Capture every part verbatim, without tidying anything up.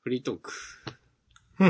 フリートーク。 うん。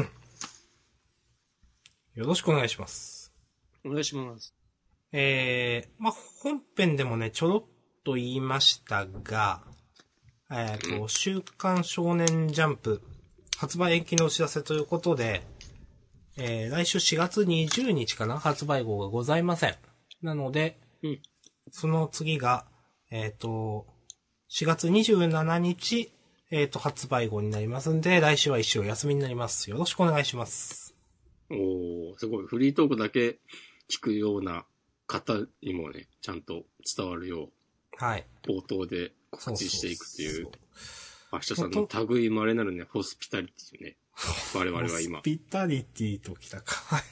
よろしくお願いします。 お願いします。 えー、まあ、本編でもね、ちょろっと言いましたが、えっと、うん、週刊少年ジャンプ発売延期のお知らせということで、えー、来週しがつにじゅうにちかな発売号がございません。なので、 うん、 その次が、えっと、しがつにじゅうしちにち、えっと、発売号になりますんで、来週は一週お休みになります。よろしくお願いします。 おー、すごい。フリートークだけ聞くような方にもね、ちゃんと伝わるよう、 はい。 冒頭で告知していくという、明日さんの類まれなるね、ホスピタリティね。我々は今。 ホスピタリティときたか。はい。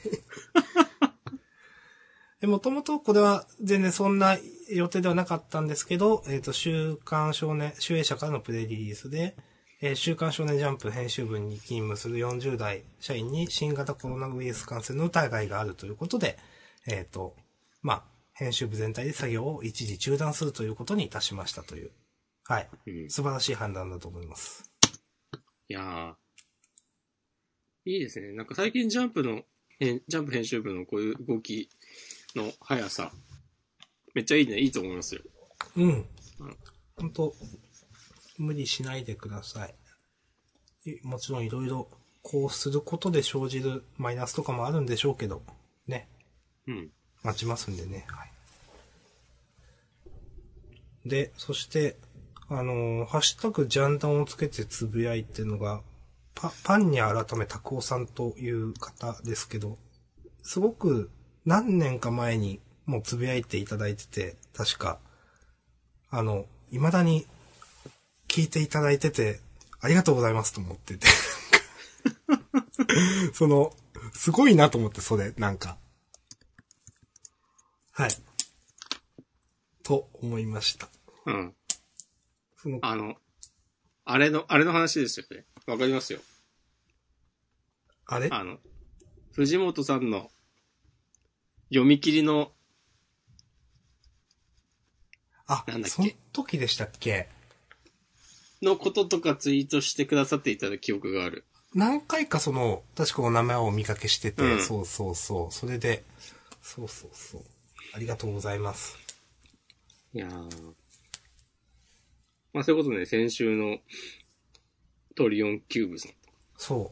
もともとこれは全然そんな予定ではなかったんですけど、えっと、週刊少年、集英社からのプレリリースで、えー、週刊少年ジャンプ編集部に勤務するよんじゅう代社員に新型コロナウイルス感染の疑いがあるということで、えっと、まあ、編集部全体で作業を一時中断するということにいたしましたという。はい。うん、素晴らしい判断だと思います。 いやー。いいですね。なんか最近ジャンプの、ジャンプ編集部のこういう動きの速さ、めっちゃいいね。いいと思いますよ。 うん。うん、ほんと、無理しないでください。もちろんいろいろこうすることで生じるマイナスとかもあるんでしょうけど、ね。 うん。 待ちますんでね。はい。で、そして、あのー、ハッシュタグジャンダンをつけてつぶやいてるのが、パ、パンに改めタクオさんという方ですけど、すごく何年か前にもうつぶやいていただいてて、確か、あの、未だに聞いていただいてて、ありがとうございますと思ってて。その、すごいなと思って、それ、なんか。はい。と思いました。 うん。その、あの、あれの、あれの話ですよね。わかりますよ。 あれ？ あの、藤本さんの読み切りの、 あ、なんだっけ？その時でしたっけ？ のこととかツイートしてくださっていた記憶がある。 何回かその、確かお名前をお見かけしてて、うん、そうそうそう。それで、そうそうそう。ありがとうございます。 いやー。まあそういうことね、先週のトリオンキューブさん。 そう。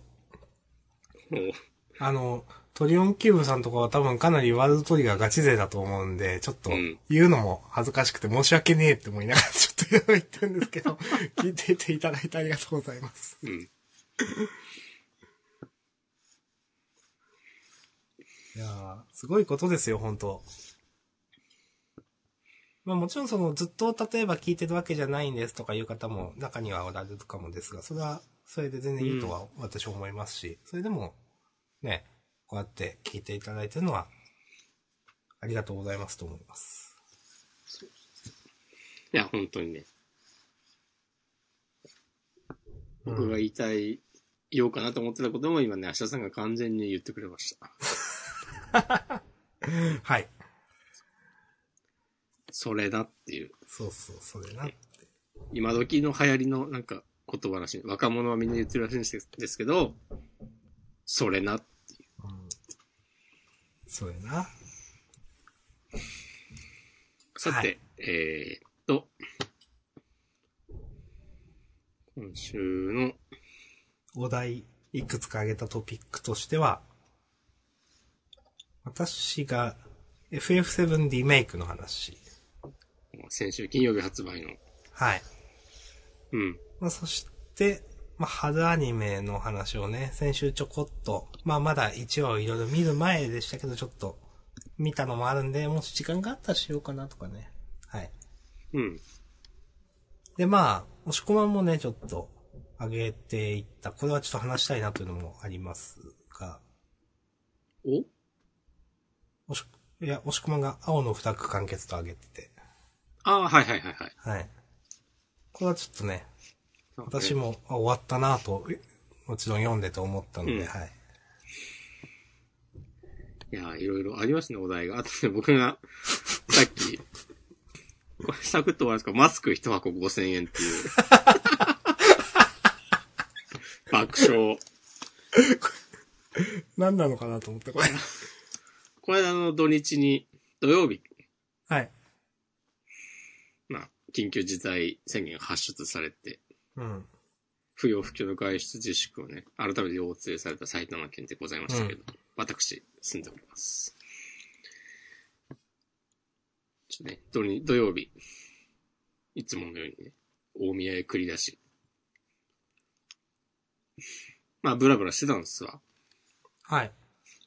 あの、トリオンキューブさんとかは多分かなりワールドトリガーガチ勢だと思うんで、ちょっと言うのも恥ずかしくて申し訳ねえって思いながらちょっといろいろ言ってるんですけど、聞いていていただいてありがとうございます。うん。いやー、すごいことですよ、本当。まあもちろんそのずっと例えば聞いてるわけじゃないんですとかいう方も中にはおられるかもですが、それはそれで全然いいとは私は思いますし、うん、それでもね、こうやって聞いていただいてるのはありがとうございますと思います。 いや、本当にね。僕が言いたい、うん、言おうかなと思ってたことも今ね、明日さんが完全に言ってくれました。 はい。 それだっていう。 そうそう、それなって。 今時の流行りのなんか言葉らしい。若者はみんな言ってるらしいんですけど、それなっていう。うん、 それな。 さて、はい、えー、っと、今週のお題、いくつか挙げたトピックとしては、私が エフエフセブン リメイクの話。 先週金曜日発売の。 はい。 うん。 まあ、そして、まあ、春アニメの話をね、先週ちょこっと、まあ、まだいちわをいろいろ見る前でしたけど、ちょっと見たのもあるんで、もし時間があったらしようかなとかね。はい。 うん。 で、まあ、押し込まんもね、ちょっと上げていった。これはちょっと話したいなというのもありますが。 お押し、いや、押し込まんが青の二区完結と上げてて。 ああ、はいはいはいはい。 はい。これはちょっとね、私も、あ、終わったなぁと、もちろん読んでて思ったので、うん、はい。 いやー、いろいろありますね、お題が。あとね、僕が、さっき、これサクッと終わるんですか、マスク一箱ごせんえんっていう。バ爆笑。 何なのかなと思って、これ。 これあの土日に、土曜日。 はい。 まあ、緊急事態宣言が発出されて、 うん。 不要不急の外出自粛をね、改めて要請された埼玉県でございましたけど、うん、私、住んでおります。ちょっとね、土に土曜日、いつものようにね、大宮へ繰り出し、まあ、ブラブラしてたんですわ。 はい。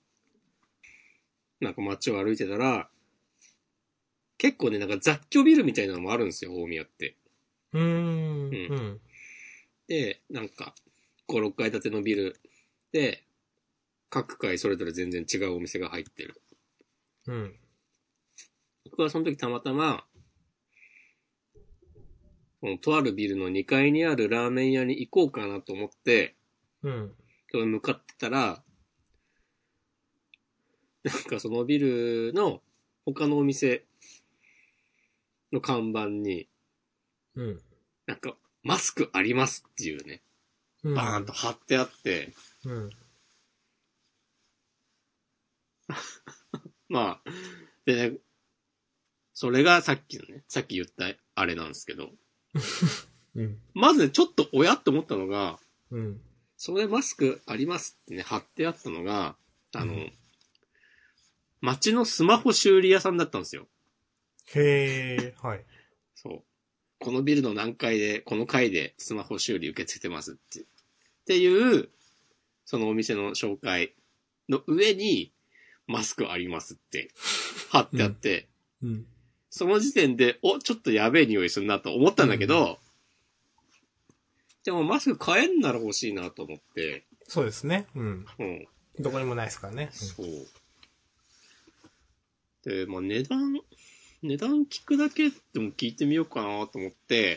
なんか街を歩いてたら、結構ね、なんか雑居ビルみたいなのもあるんですよ、大宮って。 うーん。うん。 うん、で、なんか、ご、ろっかい建てのビルで、各階それぞれ全然違うお店が入ってる。 うん。 僕はその時たまたま、このとあるビルのにかいにあるラーメン屋に行こうかなと思って、 うん。 向かってたら、なんかそのビルの他のお店の看板に、 うん。 なんか、マスクありますっていうね、 うん、 バーンと貼ってあって、 うん。 まあ、でね、それがさっきのね、さっき言ったあれなんですけど、 うん、 まずね、ちょっとおやって思ったのが、 うん、 それマスクありますってね、貼ってあったのが、あの、うん、街のスマホ修理屋さんだったんですよ。 へー、はい。 そう。このビルの何階で、この階でスマホ修理受け付けてますって。っていう、そのお店の紹介の上に、マスクありますって貼ってあって、 うんうん、 その時点で、お、ちょっとやべえ匂いするなと思ったんだけど、うん、でもマスク買えんなら欲しいなと思って。 そうですね。うん。 うん。 どこにもないですからね。 そう。で、まあ値段、値段聞くだけでも聞いてみようかなと思って、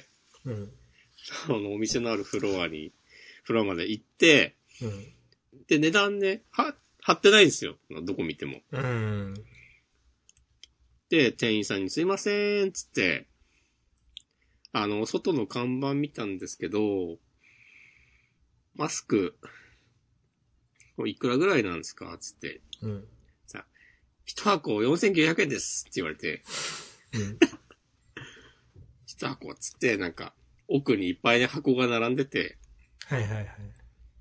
うん。 あの、お店のあるフロアに、フロアまで行って、 うん。 で、値段ね、は、貼ってないんですよ。どこ見ても。 うん。 で、店員さんにすいません、つって、あの、外の看板見たんですけど、マスク、いくらぐらいなんですかつって。 うん。 さ、一箱よんせんきゅうひゃくえんですって言われて。 うん。 一箱つって、なんか、奥にいっぱいね箱が並んでて。 はいはいはい。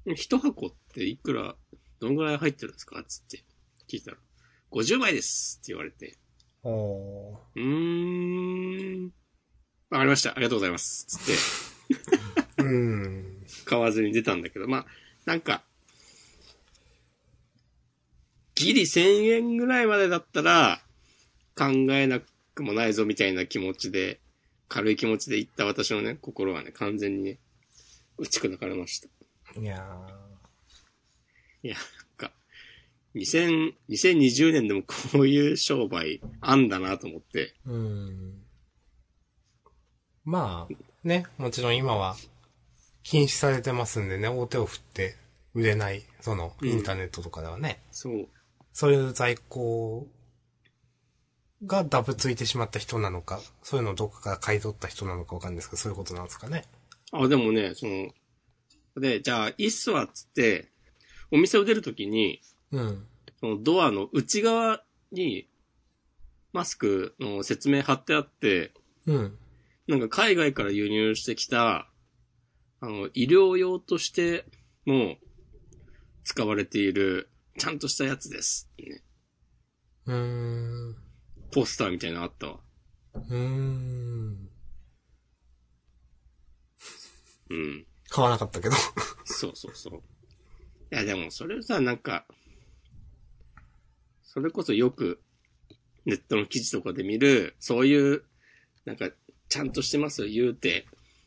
一箱っていくら、どんぐらい入ってるんですかつって聞いたら、ごじゅうまいですって言われて。 おー。 うーん。わかりました。ありがとうございます。つって。 うーん。 買わずに出たんだけど、まあ、なんか、ギリせんえんぐらいまでだったら、考えなくもないぞみたいな気持ちで、軽い気持ちで行った私のね、心はね、完全にね、打ち砕かれました。 いやー。いや、なんか、にせん、にせんにじゅうねんでもこういう商売あんだなと思って。 うーん。まあ、ね、もちろん今は禁止されてますんでね、大手を振って売れない、その、インターネットとかではね。 うん、そう。 そういう在庫がダブついてしまった人なのか、そういうのをどっかから買い取った人なのかわかんないですけど、そういうことなんですかね。 あ、でもね、その、で、じゃあ、いいっすわっつって、お店を出るときに、 うん。 そのドアの内側に、マスクの説明貼ってあって、 うん。 なんか海外から輸入してきた、あの、医療用としても使われている、ちゃんとしたやつです、ね。 うーん。 ポスターみたいなのあったわ。 うーん。 うん。 買わなかったけど。 そうそうそう。いやでもそれさ、なんか、それこそよくネットの記事とかで見る、そういう、なんか、ちゃんとしてますよ、言うて、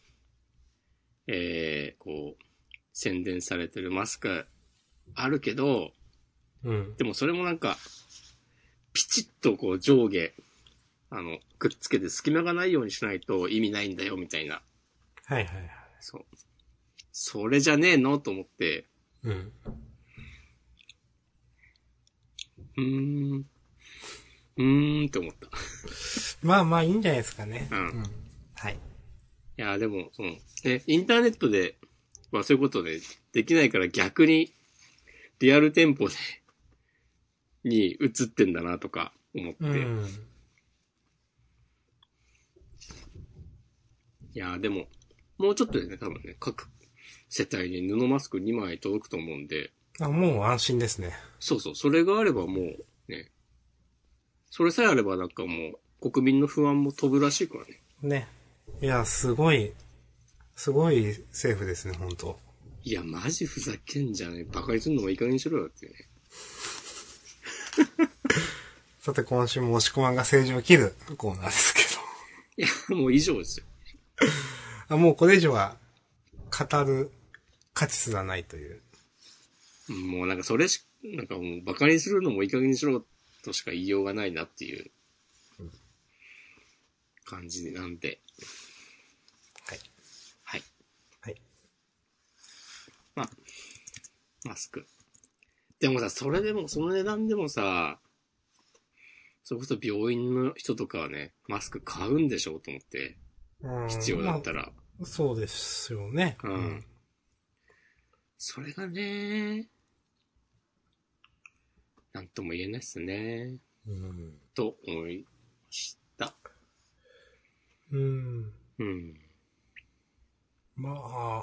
えー、こう、宣伝されてるマスクあるけど、 うん。 でもそれもなんか、ピチッとこう上下、あの、くっつけて隙間がないようにしないと意味ないんだよ、みたいな。 はいはいはい。 そう。それじゃねえのと思って。 うん。 うーん。うーんって思った。 まあまあいいんじゃないですかね。 うん。 うん、はい。いや、でも、その、ね、インターネットでまあそういうことでできないから逆にリアル店舗でに移ってんだなとか思って。うん、いやーでも、もうちょっとでね、多分ね、各世帯に布マスクにまい届くと思うんで。 あ、もう安心ですね。 そうそう、それがあればもうね、それさえあればなんかもう国民の不安も飛ぶらしいからね。 ね。いや、すごい、すごい政府ですね、本当。 いや、マジふざけんじゃねえ。バカにするのもいい加減にしろよってね。 さて、今週も押し込まんが政治を切るコーナーですけど。いや、もう以上ですよ。 あ、もうこれ以上は語る価値すらないという。 もうなんかそれし、なんかもうバカにするのもいい加減にしろとしか言いようがないなっていう感じなんで。 はい。 はい。 はい。 まあ、マスク。でもさ、それでも、その値段でもさ、それこそ病院の人とかはね、マスク買うんでしょうと思って。必要だったら、 まあ。そうですよね。 うん。うん、それがね、なんとも言えないっすね。 うん。 と思いました。 うん。 うん。 まあ、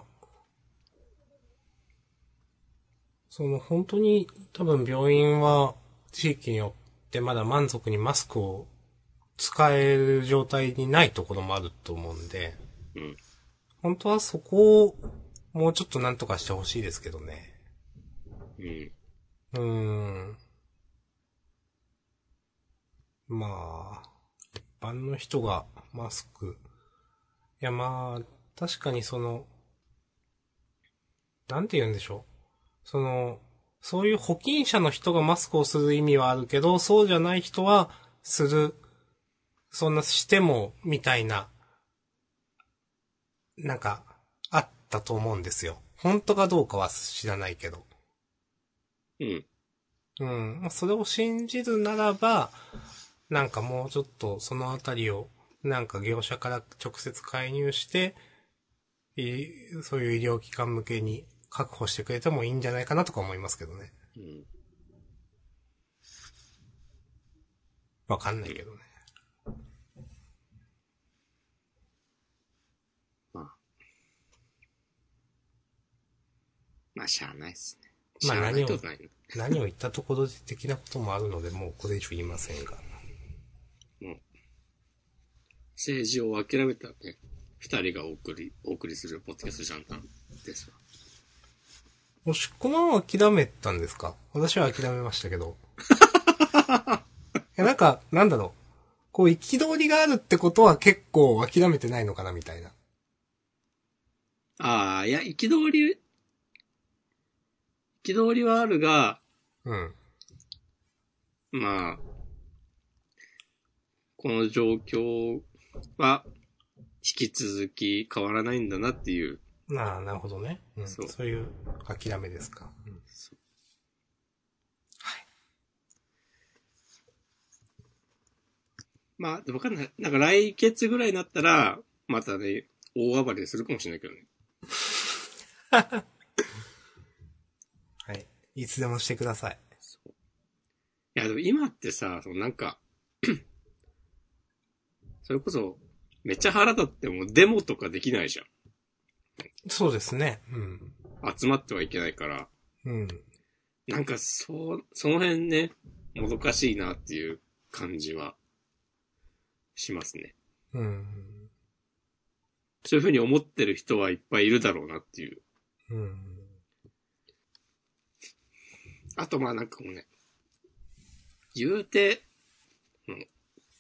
その本当に多分病院は地域によってまだ満足にマスクを使える状態にないところもあると思うんで、 うん、 本当はそこをもうちょっとなんとかしてほしいですけどね。 うん。 うーん。まあ、一般の人がマスク。いやまあ、確かにその、なんて言うんでしょう。その、そういう保菌者の人がマスクをする意味はあるけど、そうじゃない人はする、そんなしても、みたいな、なんか、あったと思うんですよ。本当かどうかは知らないけど。 うん。 うん。まあ、それを信じるならば、なんかもうちょっとそのあたりを、なんか業者から直接介入して、そういう医療機関向けに確保してくれてもいいんじゃないかなとか思いますけどね。 うん。 わかんないけどね。 まあ。まあ、しゃあないっすね。 まあ何を、 何を言ったところで的なこともあるので、もうこれ以上言いませんが。 もう、政治を諦めたね、二人がお送り、お送りするポッドキャストジャンタンですわ。 押し込まんは諦めたんですか？私は諦めましたけど。いやなんか、なんだろう。こう、憤りがあるってことは結構諦めてないのかなみたいな。 ああ、いや、憤り、憤りはあるが、 うん。 まあ、この状況は引き続き変わらないんだなっていう。 ああ、なるほどね。うん、そう。そういう諦めですか。うん、そう。はい。 まあ、わかんない。なんか来月ぐらいになったら、またね、大暴れするかもしれないけどね。 はい。いつでもしてください。そう。 いや、でも今ってさ、そのなんか、それこそ、めっちゃ腹立ってもデモとかできないじゃん。 そうですね。うん。 集まってはいけないから。 うん。 なんか、そう、その辺ね、もどかしいなっていう感じは、しますね。 うん。 そういう風に思ってる人はいっぱいいるだろうなっていう。 うん。 あと、まあなんかもうね、言うて、うん、い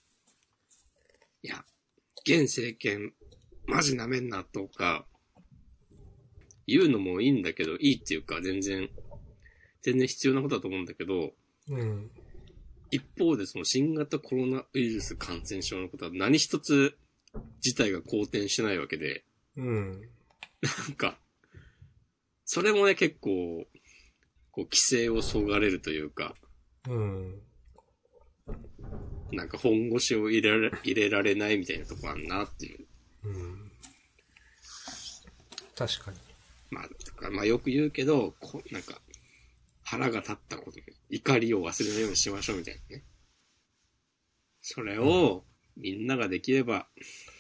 や、現政権、マジなめんなとか、言うのもいいんだけど、いいっていうか、全然、全然必要なことだと思うんだけど、 うん。 一方でその新型コロナウイルス感染症のことは何一つ事態が好転してないわけで、 うん。 なんか、それもね、結構、こう、規制をそがれるというか、 うん。 なんか本腰を入れられ、入れられないみたいなとこあんなっていう。 うん。確かに。 まあ、とかまあよく言うけど、こなんか、腹が立ったこと、怒りを忘れないようにしましょうみたいなね。それを、みんなができれば、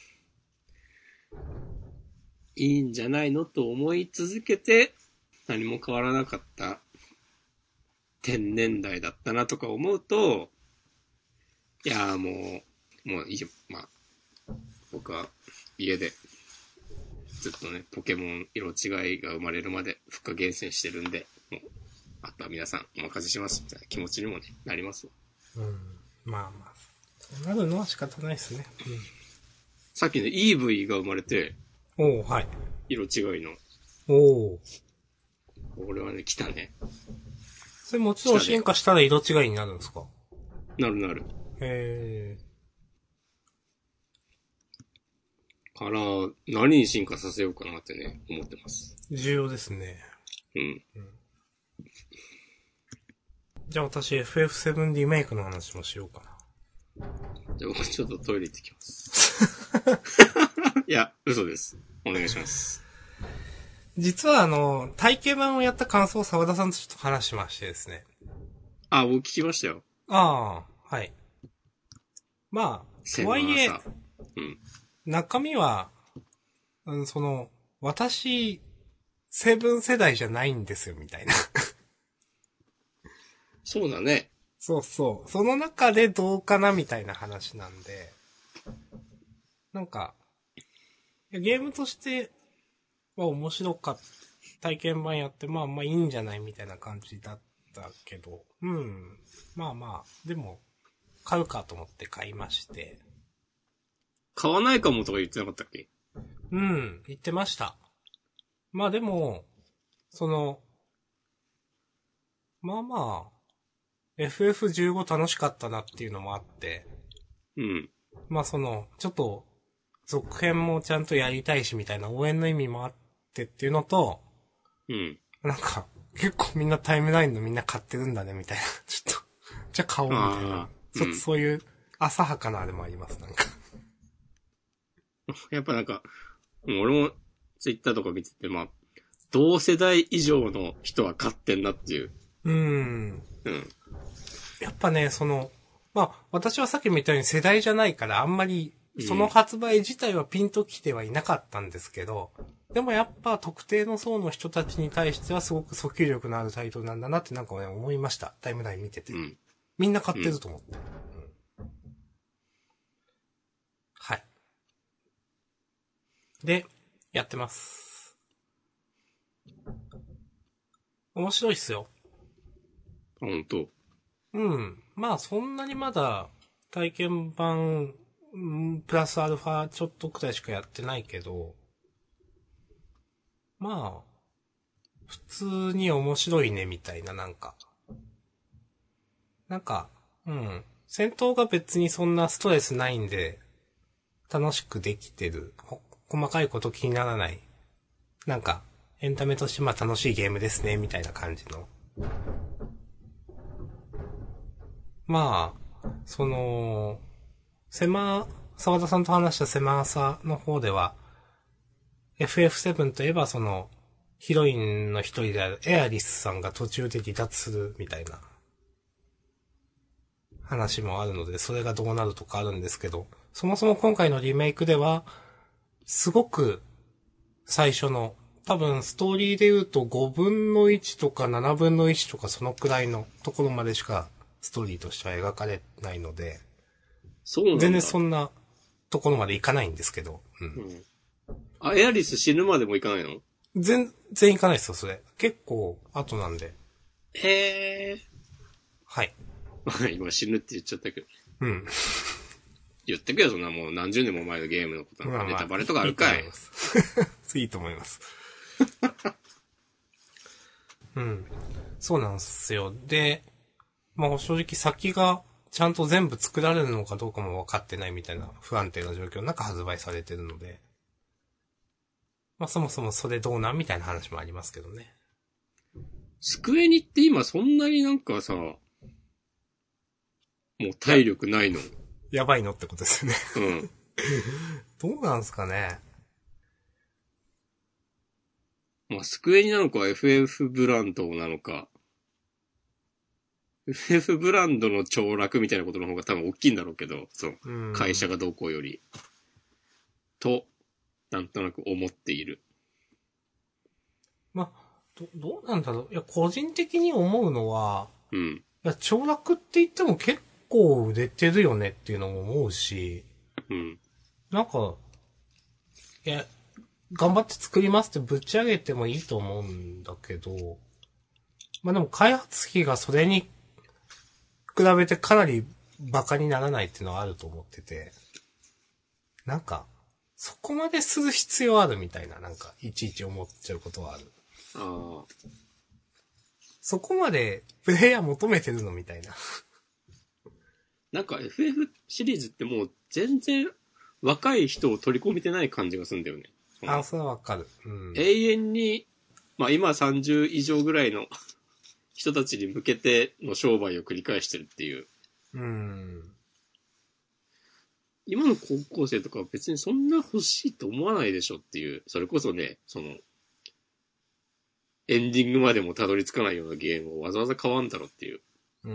いいんじゃないのと思い続けて、何も変わらなかった天然代だったなとか思うと、いやーもう、もういいよ。まあ、僕は家でずっとね、ポケモン色違いが生まれるまで復活厳選してるんで、もう、あとは皆さんお任せしますみたいな気持ちにもね、なりますわ。 うん。まあまあ。そうなるのは仕方ないですね。うん。 さっきね、イーブイ が生まれて、 おー、はい。 色違いの。 おー。 これはね、来たね。 それもちろん進化したら色違いになるんですか？ なるなる。 へー。から、何に進化させようかなってね、思ってます。 重要ですね。 うん。うん、 じゃあ私 エフエフセブン リメイクの話もしようかな。 じゃあ僕ちょっとトイレ行ってきます。いや、嘘です。お願いします。 実はあの、体験版をやった感想を沢田さんとちょっと話しましてですね。 あ、僕聞きましたよ。 ああ、はい。まあ、とはいえ、 うん、 中身は、うん、その、私、セブン世代じゃないんですよ、みたいな。 そうだね。 そうそう。その中でどうかな、みたいな話なんで、なんか、ゲームとしては面白かった。体験版やって、まあまあいいんじゃないみたいな感じだったけど、うん。まあまあ、でも、買うかと思って買いまして。 買わないかもとか言ってなかったっけ？ うん、言ってました。まあでも、その、まあまあ、エフエフじゅうご 楽しかったなっていうのもあって、 うん。 まあその、ちょっと、続編もちゃんとやりたいしみたいな応援の意味もあってっていうのと、 うん。 なんか、結構みんなタイムラインのみんな買ってるんだねみたいな。ちょっと、じゃあ買おうみたいな。ちょっとそういう浅はかなあれもあります、なんか。 やっぱなんか、俺もツイッターとか見てて、まあ、同世代以上の人は買ってんなっていう。 うーん。 うん。 やっぱね、その、まあ、私はさっきも言ったように世代じゃないからあんまり、その発売自体はピンときてはいなかったんですけど、うん、でもやっぱ特定の層の人たちに対してはすごく訴求力のあるタイトルなんだなってなんかね、思いました。タイムライン見てて。うん、みんな買ってると思って。うん、はい。で、やってます。面白いっすよ。 あ、ほんと。 うん。まあそんなにまだ体験版、プラスアルファちょっとくらいしかやってないけど、まあ、普通に面白いねみたいななんか。なんか、うん。戦闘が別にそんなストレスないんで、楽しくできてる。細かいこと気にならない。なんか、エンタメとしてまあ楽しいゲームですね、みたいな感じの。まあ、その、セマ、沢田さんと話したセマーサの方では、エフエフセブン といえばその、ヒロインの一人であるエアリスさんが途中で離脱するみたいな話もあるので、それがどうなるとかあるんですけど、そもそも今回のリメイクでは、すごく最初の、多分ストーリーで言うとごぶんのいちとかななぶんのいちとかそのくらいのところまでしかストーリーとしては描かれないので、 そうなんだ。 全然そんなところまでいかないんですけど。うん。 うん、あ、エアリス死ぬまでもいかないの？ 全然いかないですよ、それ。結構後なんで。 へー。 はい。 今死ぬって言っちゃったけど。 うん。 言ってくよ、そんなもう何十年も前のゲームのことなんかネタバレとかあるかい。 いいと思います。うん。そうなんですよ。で、まあ正直先がちゃんと全部作られるのかどうかも分かってないみたいな不安定な状況の中発売されてるので、まあそもそもそれどうなんみたいな話もありますけどね。 スクエニって今そんなになんかさ、もう体力ないの？ やばいのってことですよね。 うん。。 どうなんすかね。 まあ、スクエニなのか エフエフ ブランドなのか。エフエフ ブランドの凋落みたいなことの方が多分大きいんだろうけど、そう。会社がどうこうより。と、なんとなく思っている。 まあ、ど、どうなんだろう。いや、個人的に思うのは、 うん。 いや、凋落って言っても結構売れてるよねっていうのも思うし、 うん。 なんか、いや、頑張って作りますってぶち上げてもいいと思うんだけど、まあでも開発費がそれに比べてかなりバカにならないっていうのはあると思ってて、なんか、そこまでする必要あるみたいな、なんか、いちいち思っちゃうことはある。 ああ。 そこまでプレイヤー求めてるのみたいな。 なんか エフエフ シリーズってもう全然若い人を取り込めてない感じがするんだよね。 あ、それはわかる。うん。 永遠に、まあ今さんじゅう以上ぐらいの人たちに向けての商売を繰り返してるっていう。 うん。 今の高校生とかは別にそんな欲しいと思わないでしょっていう。それこそね、その、エンディングまでもたどり着かないようなゲームをわざわざ買わんだろっていう。 うん。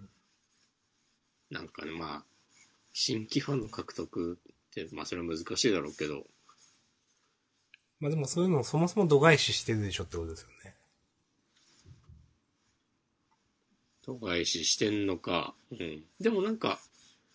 なんかね、まあ、新規ファンの獲得って、まあそれは難しいだろうけど。 まあでもそういうのをそもそも度外視してるでしょってことですよね。 度外視してんのか。うん。でもなんか、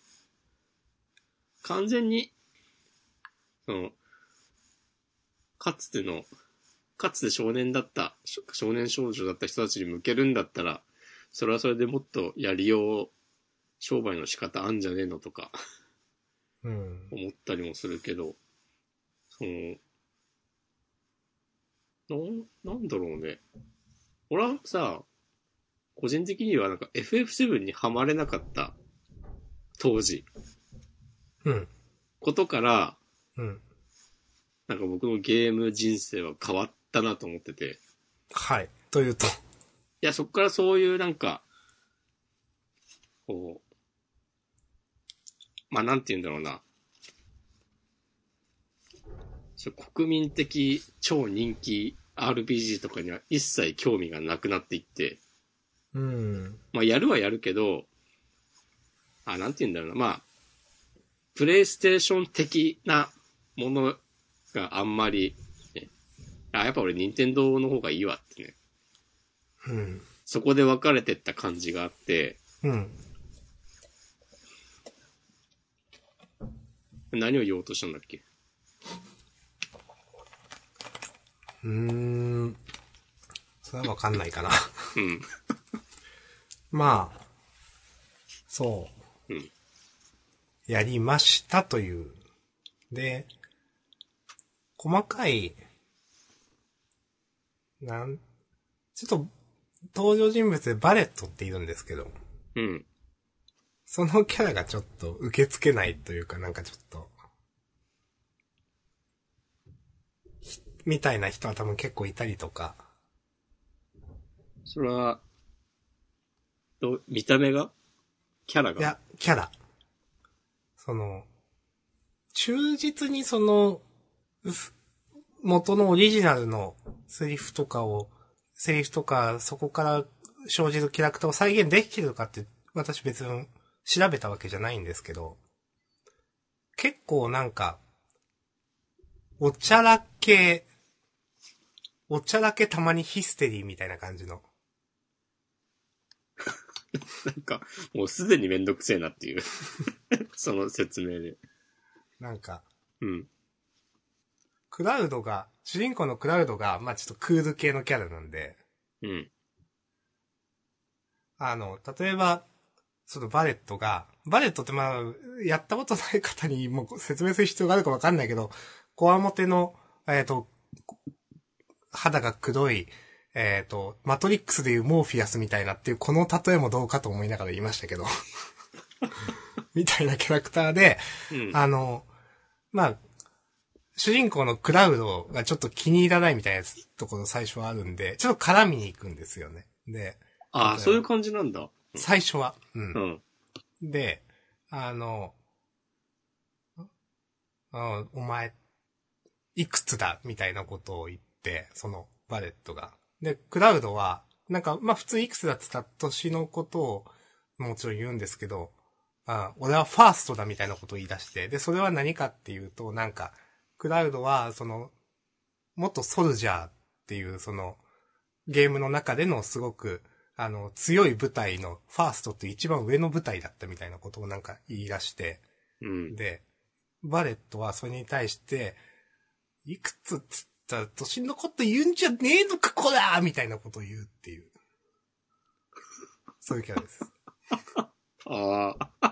完全に、その、かつての、かつて少年だった、少年少女だった人たちに向けるんだったら、それはそれでもっとやりよう、商売の仕方あんじゃねえのとか、 うん。 思ったりもするけど、その、な、なんだろうね。俺はさ、個人的にはなんか エフエフセブン にはまれなかった当時、 うん。 ことから、 うん。 なんか僕のゲーム人生は変わったなと思ってて。 はい。というと。いや、そっからそういうなんか、こう、まあなんて言うんだろうな。国民的超人気 アールピージー とかには一切興味がなくなっていって。 うん。 まあやるはやるけど、あ、なんて言うんだろうな。まあ、プレイステーション的なものがあんまり、ね、あ、やっぱ俺任天堂の方がいいわってね。 うん。 そこで分かれてった感じがあって、 うん。 何を言おうとしたんだっけ？ うーん。それはわかんないかな。 うん。 まあ、そう。 うん。 やりましたという。で、細かい、なん、ちょっと、登場人物でバレットっているんですけど、 うん。 そのキャラがちょっと受け付けないというか、なんかちょっと、みたいな人は多分結構いたりとか。 それは、ど、見た目がキャラがいや、キャラ。その、忠実にその、元のオリジナルのセリフとかを、セリフとかそこから生じるキャラクターを再現できてるかって私別に調べたわけじゃないんですけど、結構なんか、おちゃらけ、おちゃらけたまにヒステリーみたいな感じの。 なんか、もうすでにめんどくせえなっていう。その説明で。 なんか、 うん。 クラウドが、主人公のクラウドが、まあちょっとクール系のキャラなんで、 うん。 あの、例えば、そのバレットが、バレットってまあ、やったことない方にもう説明する必要があるかわかんないけど、コワモテの、えっ、と、肌が黒い、えっ、と、マトリックスでいうモーフィアスみたいなっていう、この例えもどうかと思いながら言いましたけど、みたいなキャラクターで、 うん。 あの、まあ、主人公のクラウドがちょっと気に入らないみたいなところ最初はあるんで、ちょっと絡みに行くんですよね。で、 ああ、そういう感じなんだ。 最初は。う。 うんん。 で、あの、あお前、いくつだみたいなことを言って、そのバレットが。で、クラウドは、なんか、まあ普通いくつだって言ったら年のことをもちろん言うんですけど、あ俺はファーストだみたいなことを言い出して、で、それは何かっていうと、なんか、クラウドは、その、元ソルジャーっていう、その、ゲームの中でのすごく、あの、強い部隊の、ファーストって一番上の部隊だったみたいなことをなんか言い出して、 うん。 で、バレットはそれに対して、いくつっつったら年のこと言うんじゃねえのかこらーみたいなことを言うっていう。そういうキャラです。 ああ。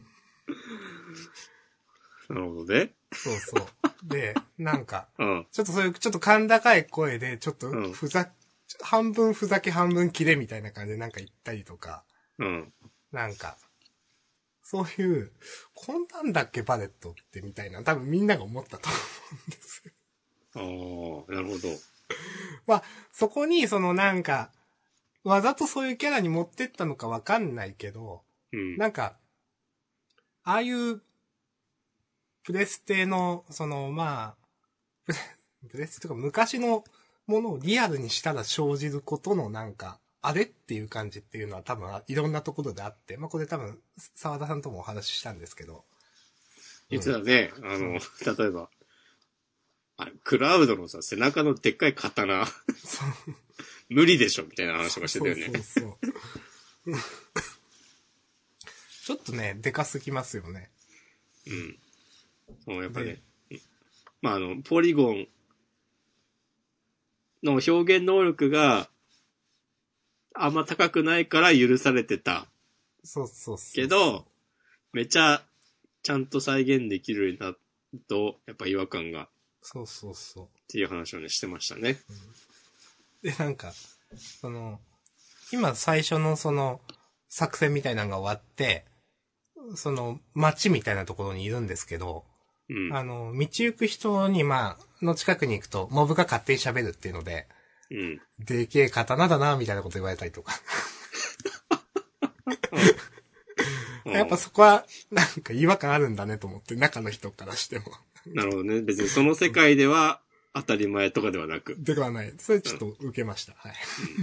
なるほどね。 そうそう。で、なんか、 うん。 ちょっとそういう、ちょっと甲高い声で、ちょっとうんふざ、ちょっと半分ふざけ半分キレみたいな感じでなんか言ったりとか、 うん。 なんか、そういう、こんなんだっけバレットってみたいな、多分みんなが思ったと思うんですよ。 ああ、なるほど。 まあ、そこに、そのなんか、わざとそういうキャラに持ってったのかわかんないけど、 うん。 なんか、ああいう、プレステの、その、まあ、プレプレステとか昔のものをリアルにしたら生じることのなんか、あれっていう感じっていうのは多分いろんなところであって、まあこれ多分沢田さんともお話ししたんですけど。 実はね、あの、例えば、あれ、クラウドのさ、背中のでっかい刀、無理でしょみたいな話とかしてたよね。 そうそうそう。ちょっとね、でかすぎますよね。 うん。そうやっぱね、まああの、ポリゴンの表現能力があんま高くないから許されてた。 そうそうそう。 けど、めちゃちゃんと再現できるようになると、やっぱ違和感が。 そうそうそう。 っていう話をね、してましたね。 うん、で、なんか、その、今最初のその、作戦みたいなのが終わって、その、街みたいなところにいるんですけど、 うん。 あの、道行く人に、まあ、の近くに行くと、モブが勝手に喋るっていうので、 うん。 でけえ刀だな、みたいなこと言われたりとか。やっぱそこは、なんか違和感あるんだねと思って、中の人からしても。 なるほどね。別にその世界では当たり前とかではなく。 ではない。それちょっと受けました。はい。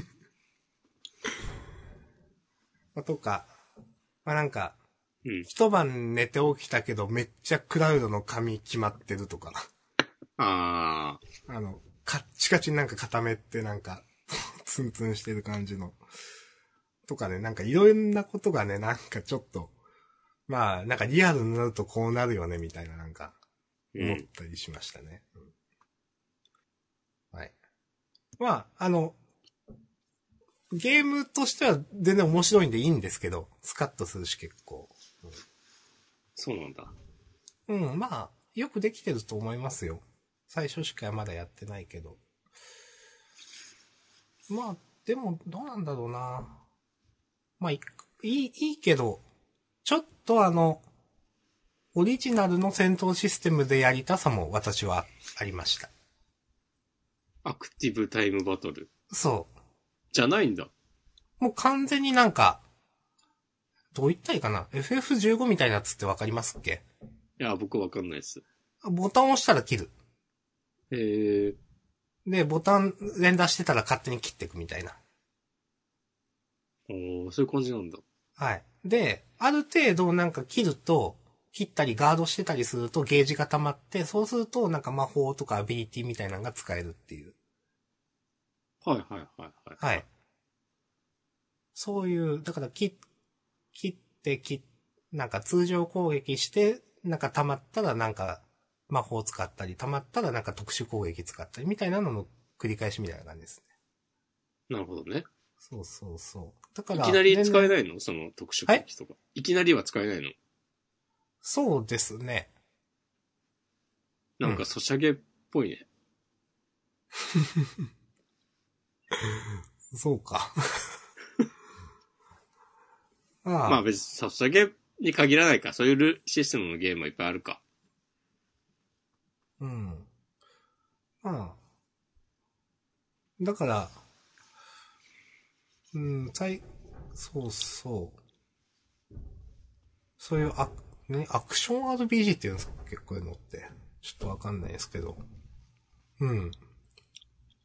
まあ、とか、まあなんか、 うん。 一晩寝て起きたけどめっちゃクラウドの髪決まってるとか。 ああの、カッチカチになんか固めってなんか、ツンツンしてる感じの。とかね、なんかいろんなことがね、なんかちょっと、まあ、なんかリアルになるとこうなるよね、みたいななんか、思ったりしましたね。うん、はい。まあ、あの、ゲームとしては全然面白いんでいいんですけど、スカッとするし結構。うん、 そうなんだ。 うん、まあ、よくできてると思いますよ。最初しかまだやってないけど。まあ、でも、どうなんだろうな。まあ、いい、いいけど、ちょっとあの、オリジナルの戦闘システムでやりたさも私はありました。 アクティブタイムバトル。 そう。 じゃないんだ。 もう完全になんか、どう言ったらいいかな エフエフじゅうご みたいなやつってわかりますっけ？ いや、僕わかんないです。 ボタンを押したら切る。 へえ。 で、ボタン連打してたら勝手に切っていくみたいな。 おー、そういう感じなんだ。 はい。で、ある程度なんか切ると、切ったりガードしてたりするとゲージが溜まって、そうするとなんか魔法とかアビリティみたいなのが使えるっていう。 はいはいはいはい。 はい。そういう、だから切、切って切、なんか通常攻撃して、なんか溜まったらなんか魔法使ったり、溜まったらなんか特殊攻撃使ったりみたいなのの繰り返しみたいな感じですね。なるほどね。 そうそうそう。だから。 いきなり使えないのその特殊攻撃とか、はい。いきなりは使えないの？ そうですね。 なんかソシャゲっぽいね。 うん、そうか。ああまあ別にソシャゲに限らないか。そういうシステムのゲームはいっぱいあるか。 うん。まあ。だから、うん、最、そうそう。そういうア、ね、アクション アールピージー って言うんですか結構いうのって。ちょっとわかんないですけど。うん。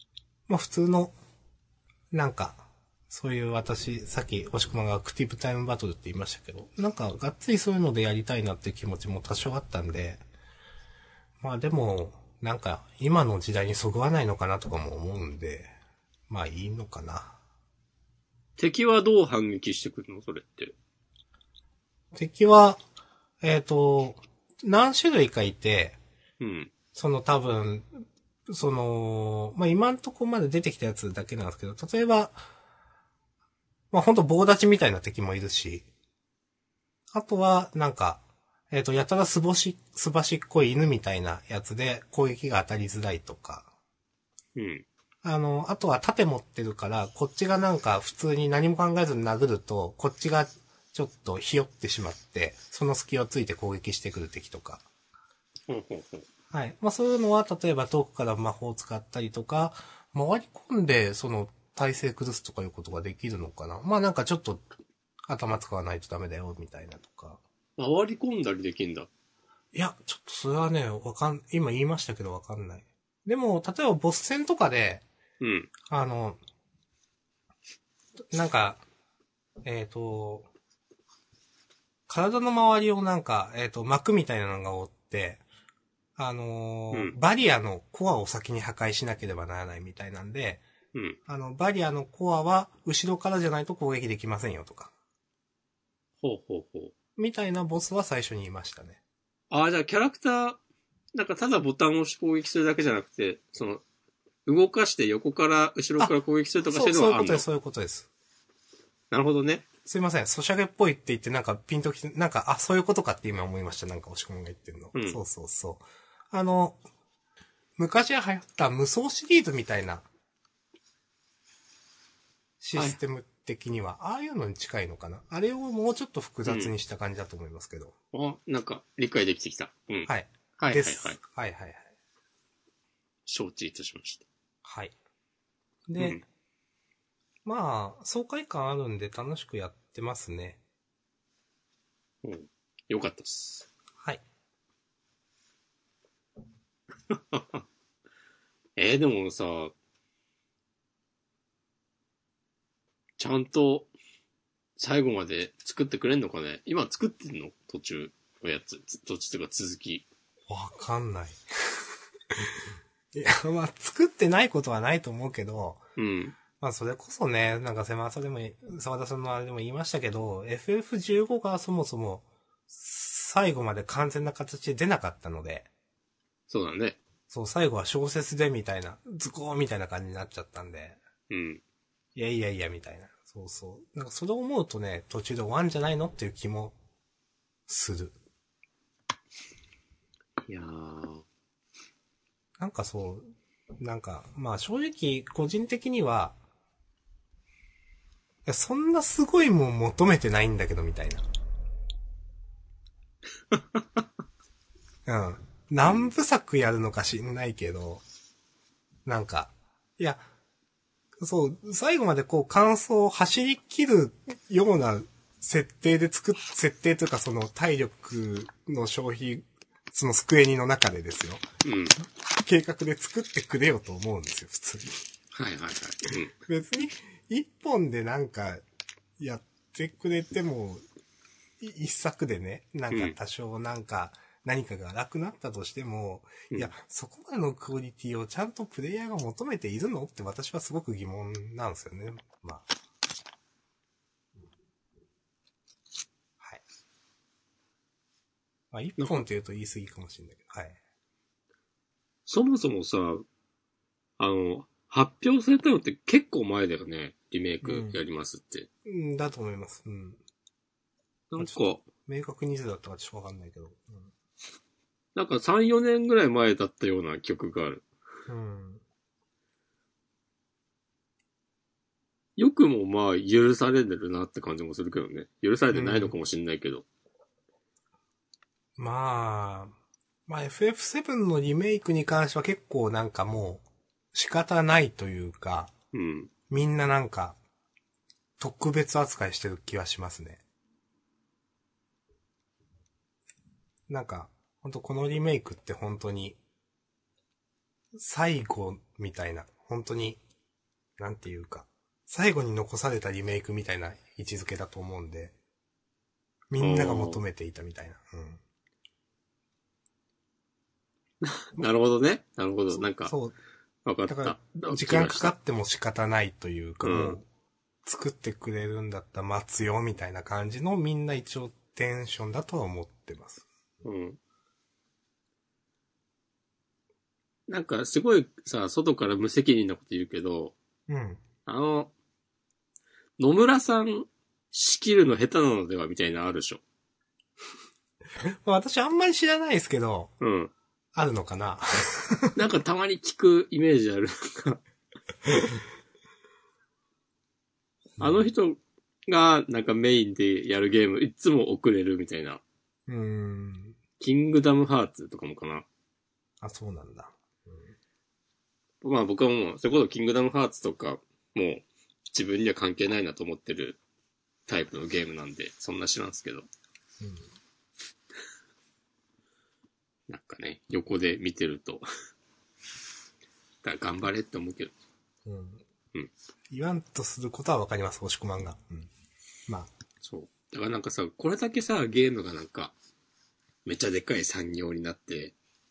まあ普通の、なんか、そういう私、さっき、押し込まがアクティブタイムバトルって言いましたけど、なんか、がっつりそういうのでやりたいなっていう気持ちも多少あったんで、まあでも、なんか、今の時代にそぐわないのかなとかも思うんで、まあいいのかな。 敵はどう反撃してくるのそれって。 敵は、えっと、何種類かいて、 うん。 その多分、その、まあ今んとこまで出てきたやつだけなんですけど、例えば、まあほんと棒立ちみたいな敵もいるし、あとは、なんか、えっ、と、やたらすぼし、すばしっこい犬みたいなやつで攻撃が当たりづらいとか、 うん。 あの、あとは盾持ってるから、こっちがなんか普通に何も考えずに殴ると、こっちがちょっとひよってしまって、その隙をついて攻撃してくる敵とか。 ほうほうほう。 はい。まあそういうのは、例えば遠くから魔法を使ったりとか、回り込んで、その、体勢崩すとかいうことができるのかな。まあなんかちょっと、頭使わないとダメだよ、みたいなとか。 回り込んだりできんだ。 いや、ちょっとそれはね、わかん、今言いましたけどわかんない。でも、例えばボス戦とかで、 うん。 あの、なんか、えっ、と、体の周りをなんか、えっ、と、膜みたいなのが覆って、あのーうん。 バリアのコアを先に破壊しなければならないみたいなんで、 うん。 あの、バリアのコアは後ろからじゃないと攻撃できませんよとか、 ほうほうほう。 みたいなボスは最初に言いましたね。 ああ、じゃあキャラクター、なんかただボタンを押し攻撃するだけじゃなくて、その、動かして横から後ろから攻撃するとかしてそう、 るのはあんの？ そういうことです、そういうことです。 なるほどね。 すいません、ソシャゲっぽいって言ってなんかピンときて、なんか、あ、そういうことかって今思いました。なんか押し込みが言ってるの。 うん。 そうそうそう。あの、昔流行った無双シリーズみたいなシステム的には、ああいうのに近いのかな。あれをもうちょっと複雑にした感じだと思いますけど。 あ、なんか理解できてきた。うん。 はい。 はいはいです。 はい。 はいはいはい。 承知いたしました。 はい。で、 うん。 まあ、爽快感あるんで楽しくやってますね。 うん。よかったっす。 はい。 えー、でもさ、ちゃんと最後まで作ってくれんのかね？今作ってんの？途中のやつ。途中というか続き。 わかんない。いや、まあ、作ってないことはないと思うけど、 うん。 まあ、それこそね、なんか狭さでも、沢田さんのあれでも言いましたけど、エフエフじゅうご がそもそも、最後まで完全な形で出なかったので、 そうだね。 そう、最後は小説でみたいな、図工みたいな感じになっちゃったんで、 うん。 いやいやいやみたいな。そうそう。なんかそれを思うとね、途中で終わんじゃないのっていう気もする。 いやー。 なんかそう、なんか、まあ正直、個人的には、いや、そんなすごいもん求めてないんだけど、みたいな。うん。何部作やるのか知んないけど、なんか、いや、そう、最後までこう感想を走り切るような設定で作っ、設定というかその体力の消費、そのスクエニの中でですよ。 うん。 計画で作ってくれよと思うんですよ、普通に。 はいはいはい。うん。 別に、一本でなんか、やってくれても、い一作でね、なんか多少なんか、何かが楽なったとしても、 うん、 いや、そこまでのクオリティをちゃんとプレイヤーが求めているのって私はすごく疑問なんですよね。まあ。はい。まあ、一本って言うと言い過ぎかもしれないけど、はい。 そもそもさ、あの、発表されたのって結構前だよね。リメイクやりますって。 うん、だと思います。うん。 なんか、 明確にいつだったかちょっとわかんないけど。うん、 なんかさん、よねんぐらい前だったような記憶がある。 うん。 よくもまあ許されてるなって感じもするけどね。許されてないのかもしんないけど。うん、 まあ、まあ エフエフセブン のリメイクに関しては結構なんかもう仕方ないというか、 うん。 みんななんか特別扱いしてる気はしますね。なんか、ほんとこのリメイクって本当に最後みたいな、本当になんていうか、最後に残されたリメイクみたいな位置づけだと思うんで、みんなが求めていたみたいな。 うん、なるほどね。なるほど。なんか、 そう。 わかった。 だから時間かかっても仕方ないというか、 うん、 もう、作ってくれるんだったら待つよみたいな感じのみんな一応テンションだとは思ってます。 うん。なんかすごいさ、外から無責任なこと言うけど、 うん。 あの、野村さん仕切るの下手なのではみたいなのあるでしょ。 私あんまり知らないですけど、 うん。 あるのかななんかたまに聞くイメージある。あの人がなんかメインでやるゲームいつも遅れるみたいな。 うーん。 キングダムハーツとかもかな。 あ、そうなんだ。 うん、まあ僕はもう、それこそキングダムハーツとか、もう自分には関係ないなと思ってるタイプのゲームなんで、そんな知らんすけど。うん、なんかね、横で見てると、だから頑張れって思うけど。 うん。 うん。 言わんとすることはわかります、押し込まんが。うん。まあ。 そう。だからなんかさ、これだけさ、ゲームがなんか、めっちゃでかい産業になって、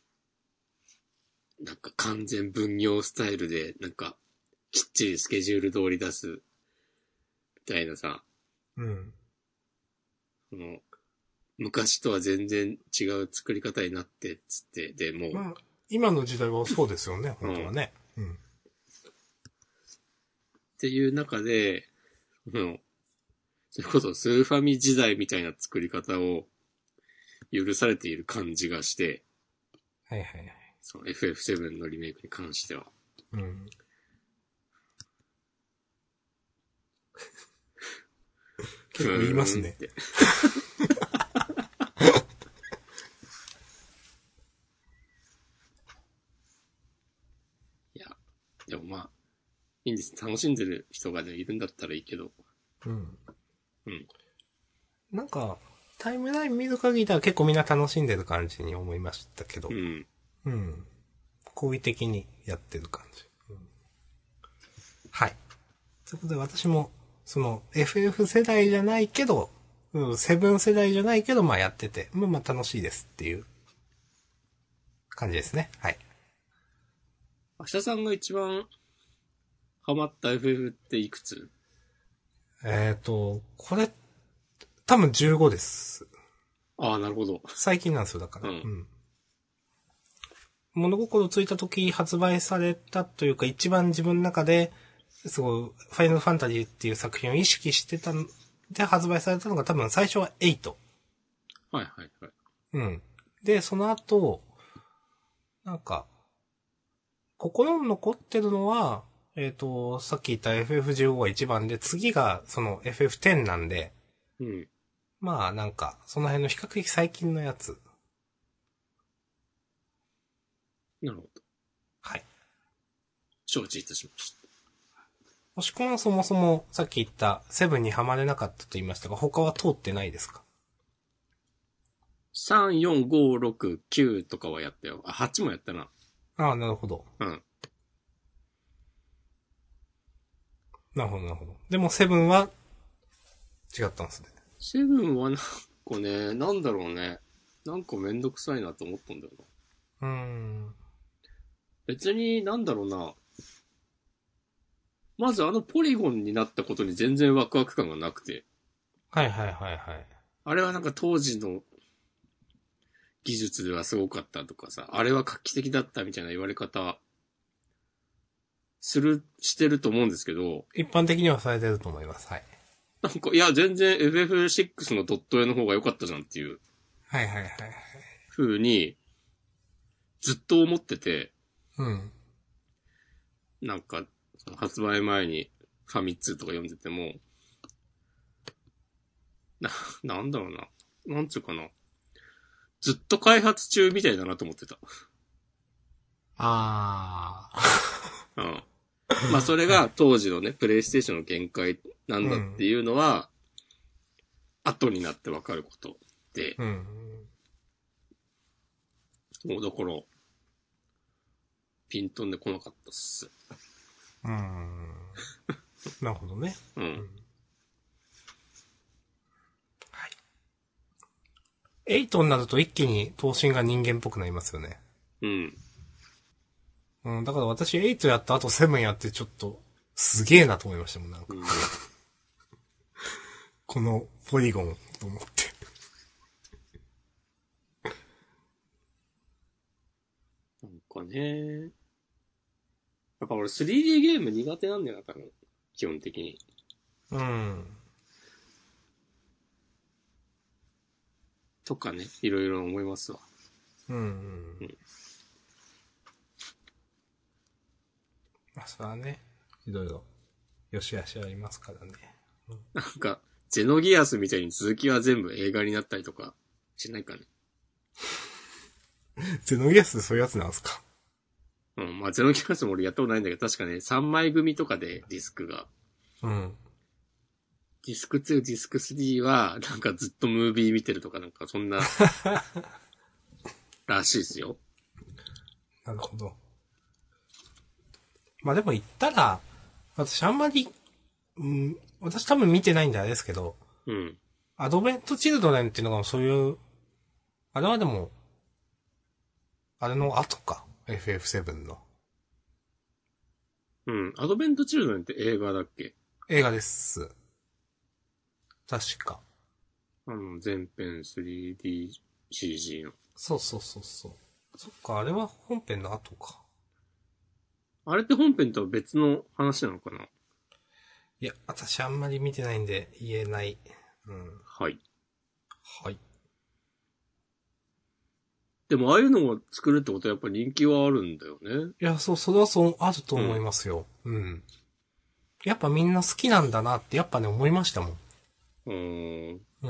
なんか完全分業スタイルで、なんか、きっちりスケジュール通り出す、みたいなさ、 うん。 その、昔とは全然違う作り方になって、つって、で、もう。 まあ、今の時代はそうですよね、本当はね。うん。 っていう中で、うん。それこそスーファミ時代みたいな作り方を許されている感じがして、 はいはいはい。 その エフエフセブン のリメイクに関しては。 うん。結構言いますね。 いや、でもまあ、いいんです。楽しんでる人がね、いるんだったらいいけど。 うん。 うん。 なんか、タイムライン見る限りでは結構みんな楽しんでる感じに思いましたけど。 うん。 うん。好意的にやってる感じ。うん、はい。ということで私も、その エフエフ 世代じゃないけど、うん、セブン世代じゃないけど、まあやってて、まあまあ楽しいですっていう感じですね。はい。 明日さんが一番ハマった エフエフ っていくつ？ えっ、ー、と、これ、多分じゅうごです。 ああ、なるほど。 最近なんですよ、だから。 うん。 うん、物心ついた時発売されたというか、一番自分の中で、すごい、ファイナルファンタジーっていう作品を意識してたんで発売されたのが多分最初ははち。 はいはいはい。 うん。で、その後、なんか、心に残ってるのは、えっ、ー、と、さっき言った エフエフじゅうご が一番で、次がその エフエフじゅう なんで、 うん。 まあなんか、その辺の比較的最近のやつ。 なるほど。 はい。 承知いたしました。 もしくはそもそもさっき言ったセブンにはまれなかったと言いましたが、他は通ってないですか？ さん、よん、ご、ろく、きゅうとかはやったよ。あ、はちもやったな。 ああ、なるほど。 うん。 なるほど、なるほど。でもセブンは違ったんですね。 セブンはなんかね、なんだろうね。なんかめんどくさいなと思ったんだよな。うーん。 別になんだろうな。まずあのポリゴンになったことに全然ワクワク感がなくて。 はいはいはいはい。 あれはなんか当時の技術ではすごかったとかさ、あれは画期的だったみたいな言われ方する、してると思うんですけど。 一般的にはされてると思います。はい。 なんか、いや、全然 エフエフシックス のドット絵の方が良かったじゃんっていう。 はいはいはい。 風に、ずっと思ってて。 うん。 なんか、発売前にファミ通とか読んでても、な、なんだろうな。なんつうかな。ずっと開発中みたいだなと思ってた。 あー。うん。まあそれが当時のね、プレイステーションの限界なんだっていうのは、うん、後になってわかることで、 うん。 もうだから、ピントンで来なかったっす。 うん。 なるほどね。 うん。うん、 はい。エイトになると一気に頭身が人間っぽくなりますよね。 うん。 うん、だから私エイトやった後セブンやってちょっと、すげえなと思いましたもん、なんか。うん、このポリゴンと思って。 なんかね。やっぱ俺 スリーディー ゲーム苦手なんだよな、多分。基本的に。 うん。 とかね、いろいろ思いますわ。 うん、うん。うん。まあ、それはね、いろいろ、よしあしありますからね。 うん、なんか、ゼノギアスみたいに続きは全部映画になったりとか、しないかね。 ゼノギアスってそういうやつなんですか？ うん、まあゼノギアスも俺やったことないんだけど、確かね、さんまい組とかでディスクが。 うん。 ディスクツー、ディスクスリーは、なんかずっとムービー見てるとかなんかそんな、らしいですよ。 なるほど。まあでも言ったら、私あんまり、うん、私多分見てないんであれですけど、 うん。 アドベントチルドレンっていうのがそういう、あれはでも、あれの後か。エフエフセブン の。 うん。アドベントチルドレンって映画だっけ？ 映画です。確か。 あの、全編 スリーディーシージー の。 そうそうそうそう。そっか、あれは本編の後か。 あれって本編とは別の話なのかな？ いや、私あんまり見てないんで言えない。うん。 はい。 はい。 でもああいうのを作るってことはやっぱり人気はあるんだよね。 いや、そう、それはそう、あると思いますよ。うん。うん、やっぱみんな好きなんだなってやっぱね思いましたもん。 うーん。 うん。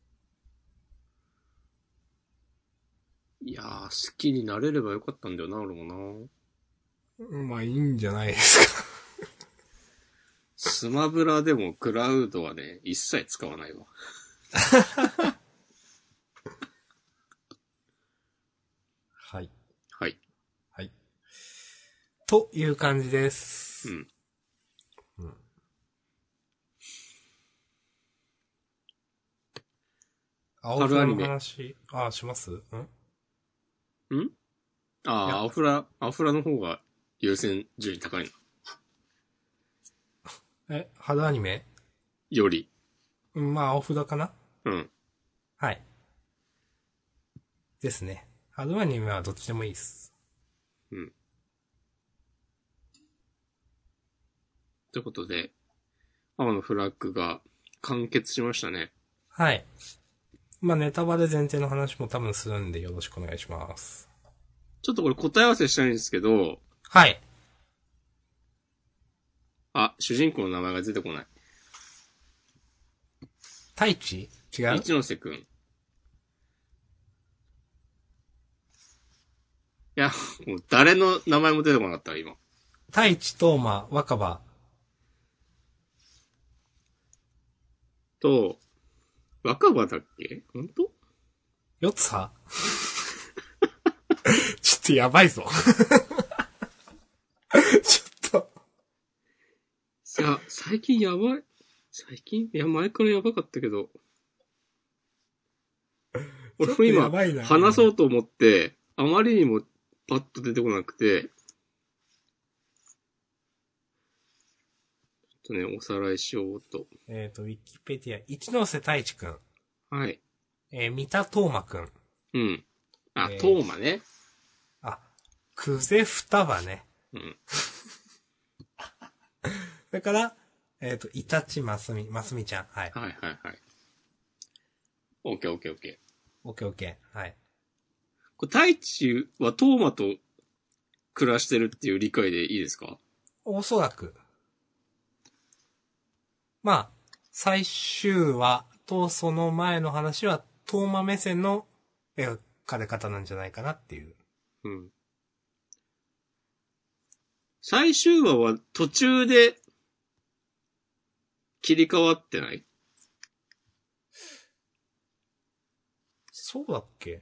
いやー、好きになれればよかったんだよな、俺もな。 まあいいんじゃないですか。 スマブラでもクラウドはね、一切使わないわ。 はい。 はい。 はい。という感じです。 うん。うん。 青フラの話、ああ、しますんんああ、青フラ、青フラの方が優先順位高いな。え、春アニメより。 うん、まあ、青札かな。 うん。 はい。ですね。春アニメはどっちでもいいです。 うん。ということで、青のフラッグが完結しましたね。 はい。まあ、ネタバレ前提の話も多分するんでよろしくお願いします。 ちょっとこれ答え合わせしたいんですけど、 はい。 あ、主人公の名前が出てこない。 太一違う一ノ瀬くん。いや、もう誰の名前も出てこなかった今。 太一、東馬、若葉。 と、若葉だっけ？本当？ 四つ葉ちょっとやばいぞ。ちょっと。 いや、最近やばい。最近いや、前からやばかったけど。俺も今、話そうと思って、あまりにもパッと出てこなくて、ちょっとね、おさらいしようと。 えっ、ー、と、ウィキペディア、一ノ瀬太一くん。 はい。 えー、三田東馬くん。 うん。あ、えー、東馬ね。 あ、久世双葉ね。 うん。 それから、えっ、ー、と、イタチマスミ、マスミちゃん。はい。 はいはいはい。オッケーオッケーオッケー。 オッケーオッケー。はい。 これ、太一は東馬と暮らしてるっていう理解でいいですか？ おそらく。まあ、最終話とその前の話は、東馬目線の描かれ方なんじゃないかなっていう。 うん。最終話は途中で切り替わってない？ そうだっけ？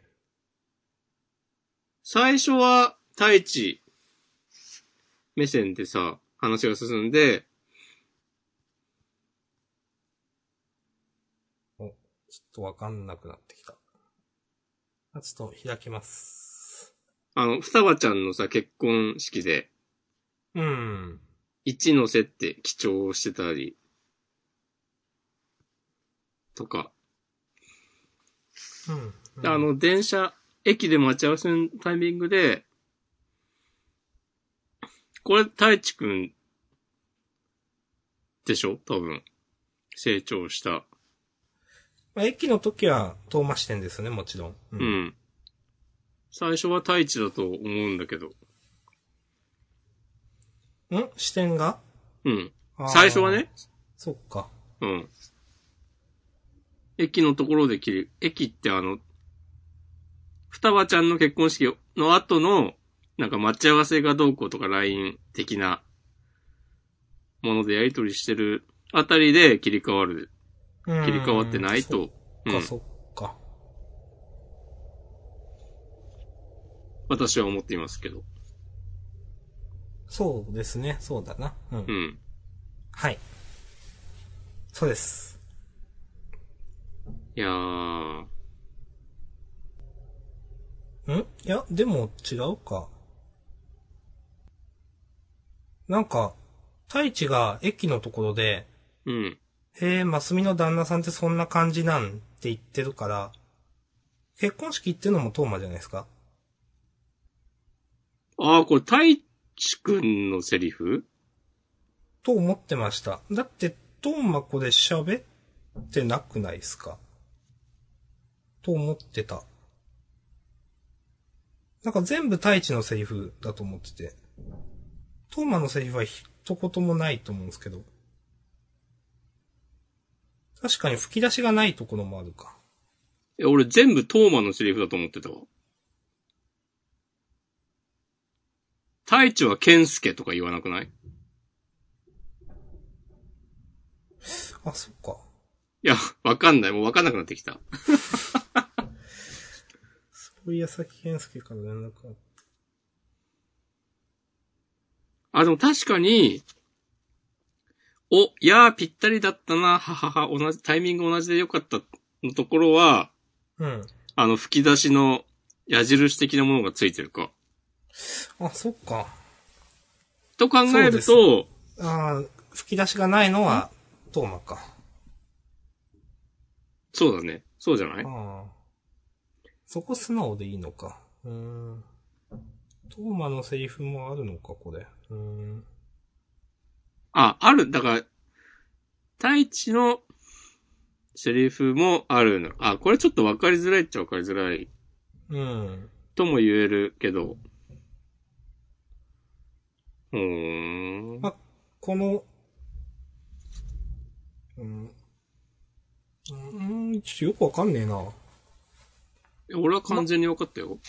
最初は太一目線でさ、話が進んで、 お、ちょっとわかんなくなってきた。あ、ちょっと開きます。 あの、双葉ちゃんのさ、結婚式で、 うん。 一の瀬って記帳してたり、とか。 うん、うん。 あの、電車、駅で待ち合わせのタイミングで、これ、太一くんでしょ多分。成長した。 まあ、駅の時は遠間視点ですね、もちろん。 うん。うん、最初は太一だと思うんだけど。 ん視点がうん。最初はね。 そっか。 うん。駅のところで切る。駅ってあの、双葉ちゃんの結婚式の後の、なんか待ち合わせがどうこうとか ライン 的なものでやり取りしてるあたりで切り替わる。切り替わってないと。 そっか、そっか。 私は思っていますけど。 そうですね、そうだな。うん。うん、はい。そうです。 いやー。んいや、でも違うか。なんか、太一が駅のところで、 うん。 へえ、マスミの旦那さんってそんな感じなんって言ってるから、結婚式ってのもトーマじゃないですか？ ああ、これ太一くんのセリフ？ と思ってました。だって、トーマこれ喋ってなくないですか？と思ってた。なんか全部太一のセリフだと思ってて。トーマのセリフは一言もないと思うんですけど。確かに吹き出しがないところもあるか。 え、俺全部トーマのセリフだと思ってたわ。太一はケンスケとか言わなくない？ あ、そっか。 いや、わかんない。もうわかんなくなってきた。 そういや、さきけんすけから連絡あった。 あ、でも確かに、お、いやーぴったりだったな、ははは、同じ、タイミング同じでよかったのところは、 うん。 あの、吹き出しの矢印的なものがついてるか。 あ、そっか。 と考えると、 ああ、吹き出しがないのは、トーマか。 そうだね。そうじゃない？ ああ。そこ素直でいいのか。うーん。トーマのセリフもあるのか、これ。うーん。 あ、ある。だから、太一のセリフもあるの。あ、これちょっと分かりづらいっちゃ分かりづらい。 うん。 とも言えるけど。うーん。 ま、この、うん。うん、ちょっとよくわかんねえな。 俺は完全に分かったよ。ま、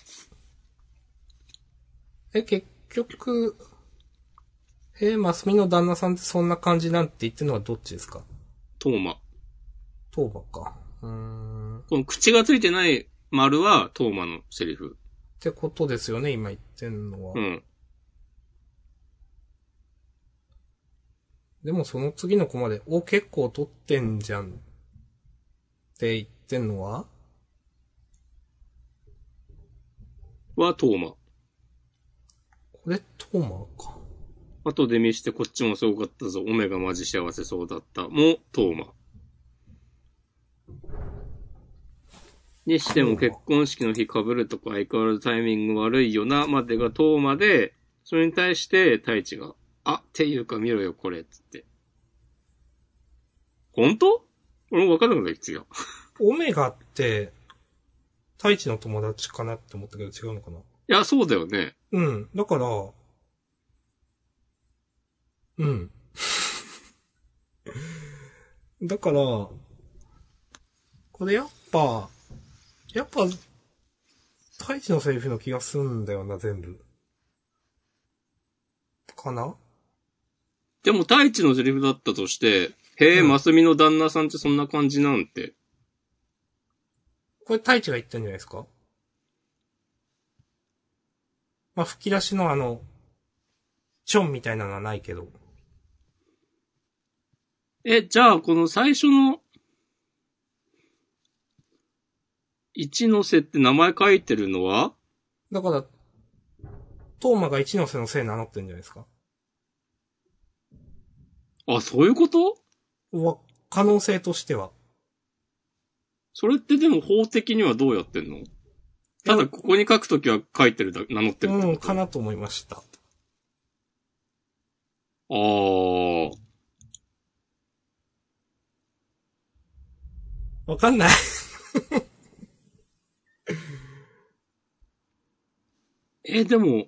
え、結局、え、マスミの旦那さんってそんな感じなんて言ってるのはどっちですか？ トーマ。 トーマか。うーん。 この口がついてない丸はトーマのセリフ。 ってことですよね、今言ってんのは。 うん。 でもその次のコマで、お、結構撮ってんじゃん。って言ってんのははトーマ。 これトーマか。 後で見してこっちもすごかったぞ。オメガマジ幸せそうだった。もトーマ。にしても結婚式の日被るとか相変わらずタイミング悪いよな、までがトーマで、それに対して太一が、あ、っていうか見ろよこれ、つって。本当？俺もわかんなくなってきた。 オメガって、太一の友達かなって思ったけど違うのかな？ いや、そうだよね。 うん。だから、うん。だから、これやっぱ、やっぱ、太一のセリフの気がするんだよな、全部。かな？ でも太一のセリフだったとして、へえ、 うん、 マスミの旦那さんってそんな感じなんて。 これ太一が言ったんじゃないですか？まあ、吹き出しのあの、チョンみたいなのはないけど。 え、じゃあ、この最初の、 一ノ瀬って名前書いてるのはだから、トーマが一ノ瀬の姓名乗ってるんじゃないですか。 あ、そういうこと？ わ、可能性としては。 それってでも法的にはどうやってんの？ただここに書くときは書いてるだ、名乗ってるってこと？ うん、かなと思いました。 あー。 わかんない。 え、でも、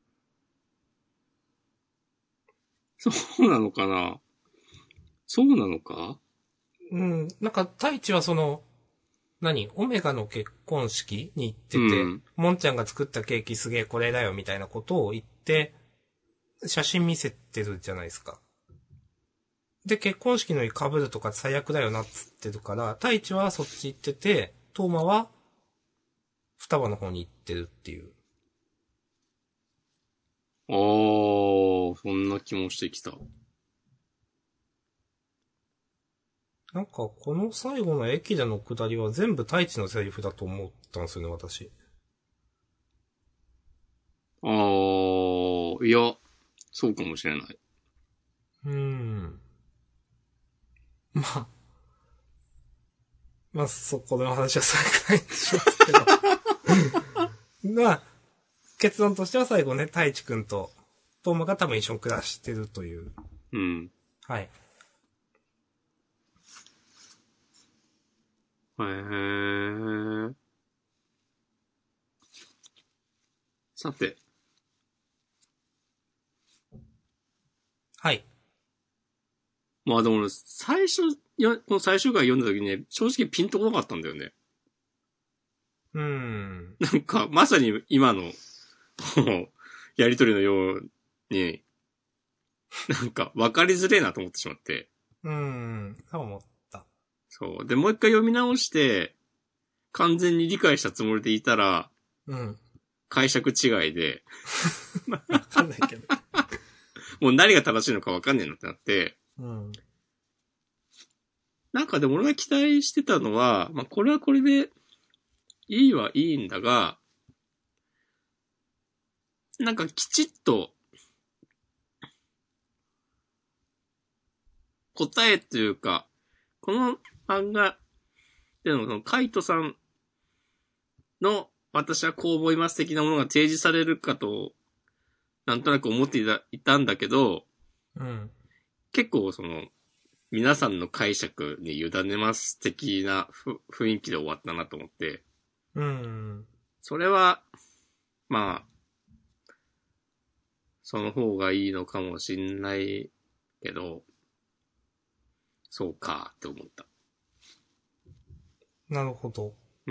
そうなのかな？そうなのか？ うん、なんか、太一はその、何オメガの結婚式に行ってて、 うん、 もんちゃんが作ったケーキすげえこれだよみたいなことを言って、写真見せてるじゃないですか。で、結婚式のに被るとか最悪だよなっつってるから、太一はそっち行ってて、トーマは、双葉の方に行ってるっていう。 あー、そんな気もしてきた。 なんか、この最後の駅での下りは全部太一のセリフだと思ったんですよね、私。 あー、いや、そうかもしれない。 うーん。まあ。まあ、そこの話は最後にしますけど。まあ、結論としては最後ね、太一くんと、トーマが多分一緒に暮らしてるという。 うん。 はい。 へー。さて。 はい。 まあでも、最初、よこの最終回読んだ時にね、正直ピンとこなかったんだよね。 うーん。 なんか、まさに今の、やりとりのように、なんか、わかりづれえなと思ってしまって。 うーん。そう思った。 そう。で、もう一回読み直して、完全に理解したつもりでいたら、 うん。 解釈違いで、 わかんないけど。 もう何が正しいのかわかんねえなってなって、 うん。 なんかでも俺が期待してたのは、まあこれはこれで、いいはいいんだが、なんかきちっと、答えというか、この漫画でのそのカイトさんの私はこう思います的なものが提示されるかと、なんとなく思っていたいたんだけど、 うん。 結構その、皆さんの解釈に委ねます的なふ雰囲気で終わったなと思って、 うん。 それは、まあ、その方がいいのかもしんないけど、そうかって思った。 なるほど。 うん。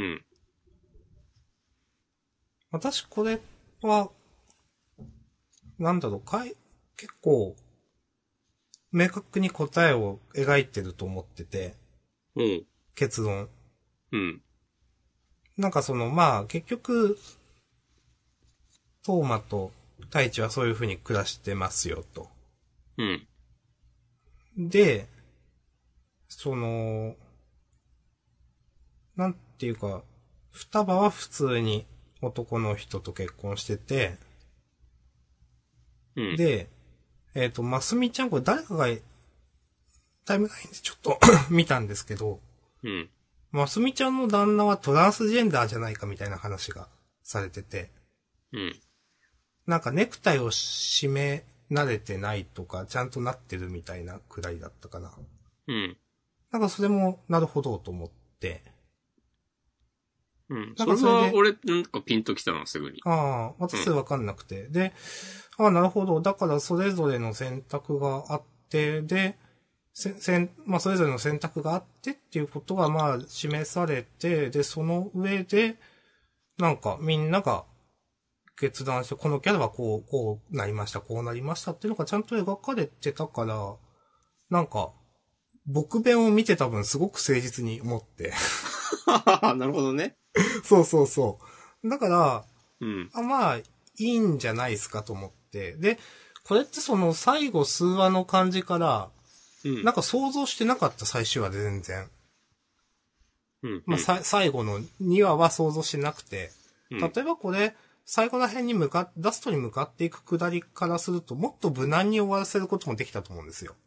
私これは、なんだろう、かい、結構、明確に答えを描いてると思ってて、 うん。 結論。 うん。 なんかその、まあ、結局、トーマと太一はそういう風に暮らしてますよ、と。 うん。 で、その、なんていうか、双葉は普通に男の人と結婚してて、 うん。 で、えっ、と、ますみちゃん、これ誰かが、タイムラインでちょっと見たんですけど、 うん。 ますみちゃんの旦那はトランスジェンダーじゃないかみたいな話がされてて、 うん。 なんかネクタイを締め慣れてないとか、ちゃんとなってるみたいなくらいだったかな。 うん。 なんかそれも、なるほどと思って、 うん。 なんそれかそれでは俺、なんかピンときたな、すぐに。 ああ、私わかんなくて。で、ああ、なるほど。だからそれぞれの選択があって、で、せ、せん、まあそれぞれの選択があってっていうことがまあ示されて、で、その上で、なんかみんなが決断して、このキャラはこう、こうなりました、こうなりましたっていうのがちゃんと描かれてたから、なんか、僕弁を見てた分すごく誠実に思って。 なるほどね。 そうそうそう。だから、 うん。 あ、まあ、いいんじゃないですかと思って。で、これってその最後数話の感じから、 うん。 なんか想像してなかった最終話で全然。 うんうん、 まあ、さ、最後のにわは想像してなくて、 うん、 例えばこれ、最後ら辺に向かっ、ラストに向かっていくくだりからすると、もっと無難に終わらせることもできたと思うんですよ。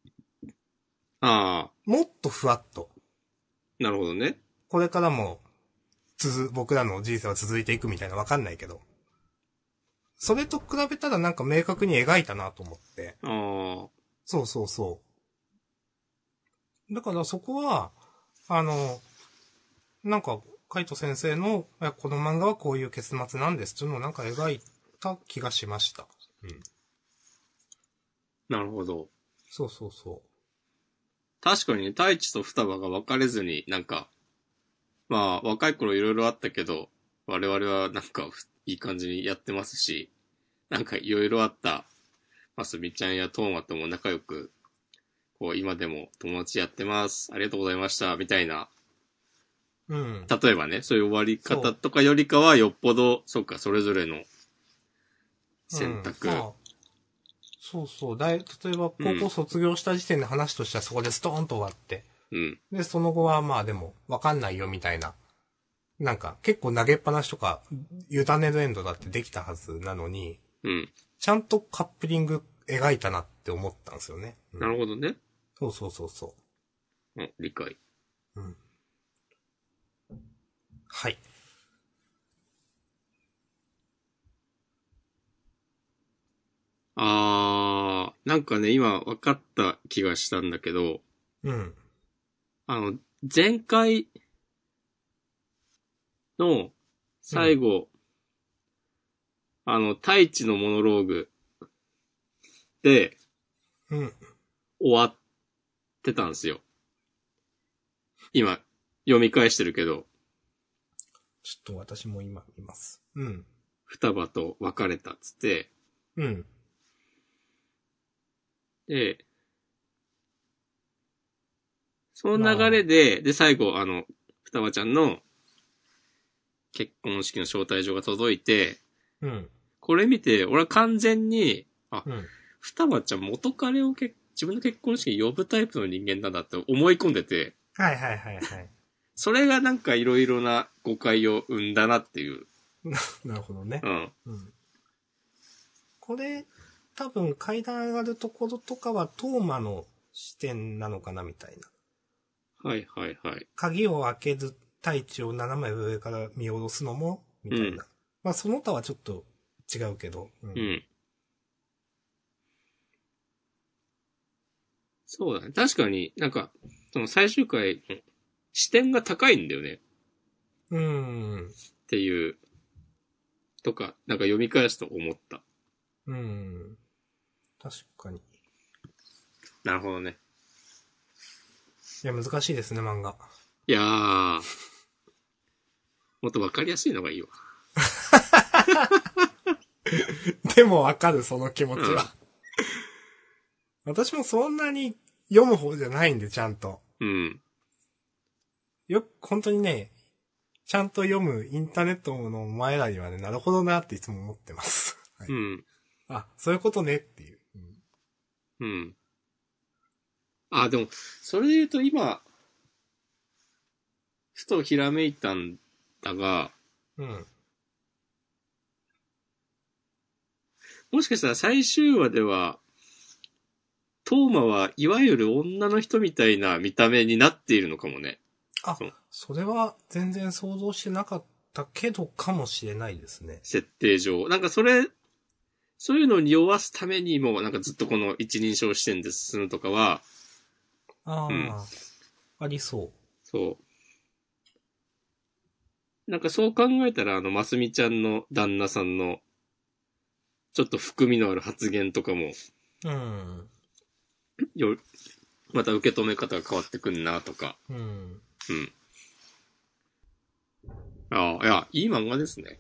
ああ。 もっとふわっと。 なるほどね。 これからも、つづ、僕らの人生は続いていくみたいなわかんないけど。それと比べたらなんか明確に描いたなと思って。 ああ。 そうそうそう。だからそこは、あの、なんか、カイト先生の、この漫画はこういう結末なんですっていうのをなんか描いた気がしました。うん。 なるほど。 そうそうそう。 確かにね、太一と双葉が分かれずに、なんか、まあ、若い頃いろいろあったけど、我々はなんか、いい感じにやってますし、なんかいろいろあった、ますみちゃんやトーマとも仲良く、こう、今でも友達やってます。ありがとうございました。みたいな。 うん。 例えばね、そういう終わり方とかよりかは、よっぽど、そっか、それぞれの選択。 うんまあ、そうそう。だい、例えば、高校卒業した時点で話としてはそこでストーンと終わって。 うん。 で、その後はまあでも、わかんないよみたいな。なんか、結構投げっぱなしとか、委ねるエンドだってできたはずなのに、 うん。 ちゃんとカップリング描いたなって思ったんですよね。うん、 なるほどね。 そうそうそうそうん、理解。 う。うん。はい。 あー、なんかね、今分かった気がしたんだけど、 うん。 あの、前回の最後、うん、あの、太一のモノローグで、 うん。 終わってたんですよ。今、読み返してるけど。 ちょっと私も今見ます。うん。 双葉と別れたっつって。 うん。 で、その流れで、で、最後、あの、双葉ちゃんの結婚式の招待状が届いて、 うん。 これ見て、俺は完全に、あ、 うん、 双葉ちゃん元彼をけ自分の結婚式に呼ぶタイプの人間なんだって思い込んでて、 はいはいはいはい。 それがなんかいろいろな誤解を生んだなっていう。 なるほどね。 うん。 うん。これ、多分階段上がるところとかはトーマの視点なのかなみたいな。 はいはいはい。 鍵を開けず太一を斜め上から見下ろすのも、みたいな。うん、まあその他はちょっと違うけど。 うん。うん、そうだね。確かになんか、その最終回の視点が高いんだよね。 うーん。 っていう、とか、なんか読み返すと思った。 うーん。確かに。 なるほどね。 いや、難しいですね、漫画。 いやー、もっとわかりやすいのがいいわ。 でもわかる、その気持ちは。うん、私もそんなに読む方じゃないんで、ちゃんと。 うん。 よく、本当にね、ちゃんと読むインターネットの前らにはね、なるほどなっていつも思ってます。はい、 うん。 あ、そういうことねっていう。 うん。うん、あ、でも、それで言うと今、ふとひらめいたんだが、 うん。 もしかしたら最終話では、トーマはいわゆる女の人みたいな見た目になっているのかもね。 あ、それは全然想像してなかったけどかもしれないですね。 設定上。なんかそれ、そういうのを匂わすためにも、なんかずっとこの一人称視点で進むとかは、 ああ、うん、ありそう。 そう。なんかそう考えたら、あの、ますみちゃんの旦那さんの、ちょっと含みのある発言とかも、 うん。 よ、また受け止め方が変わってくんなとか。 うん。うん。 ああ、いや、いい漫画ですね。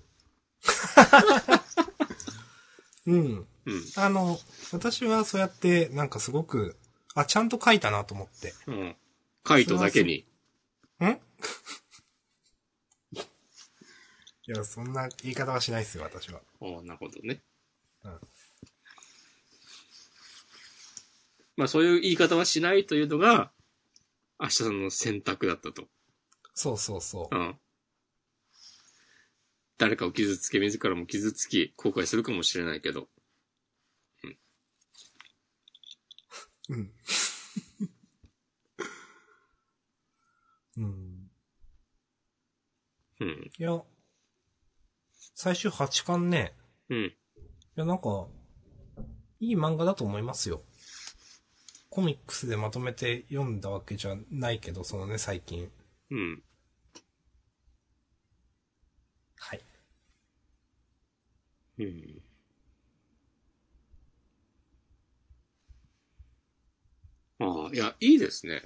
うん。うん。あの、私はそうやって、なんかすごく、あ、ちゃんと書いたなと思って。 うん。カイトだけに。 んいや、そんな言い方はしないですよ、私は。 ああ、なるほどね。 うん。 まあそういう言い方はしないというのが、明日さんの選択だったと。 そうそうそう。 うん。誰かを傷つけ、自らも傷つき、後悔するかもしれないけど。 うん。うん。うん。 うん。 いや、最終はちかんね。 うん。 いや、なんか、いい漫画だと思いますよ。コミックスでまとめて読んだわけじゃないけど、そのね、最近。 うん。 はい。 うん。ああ、いや、いいですね。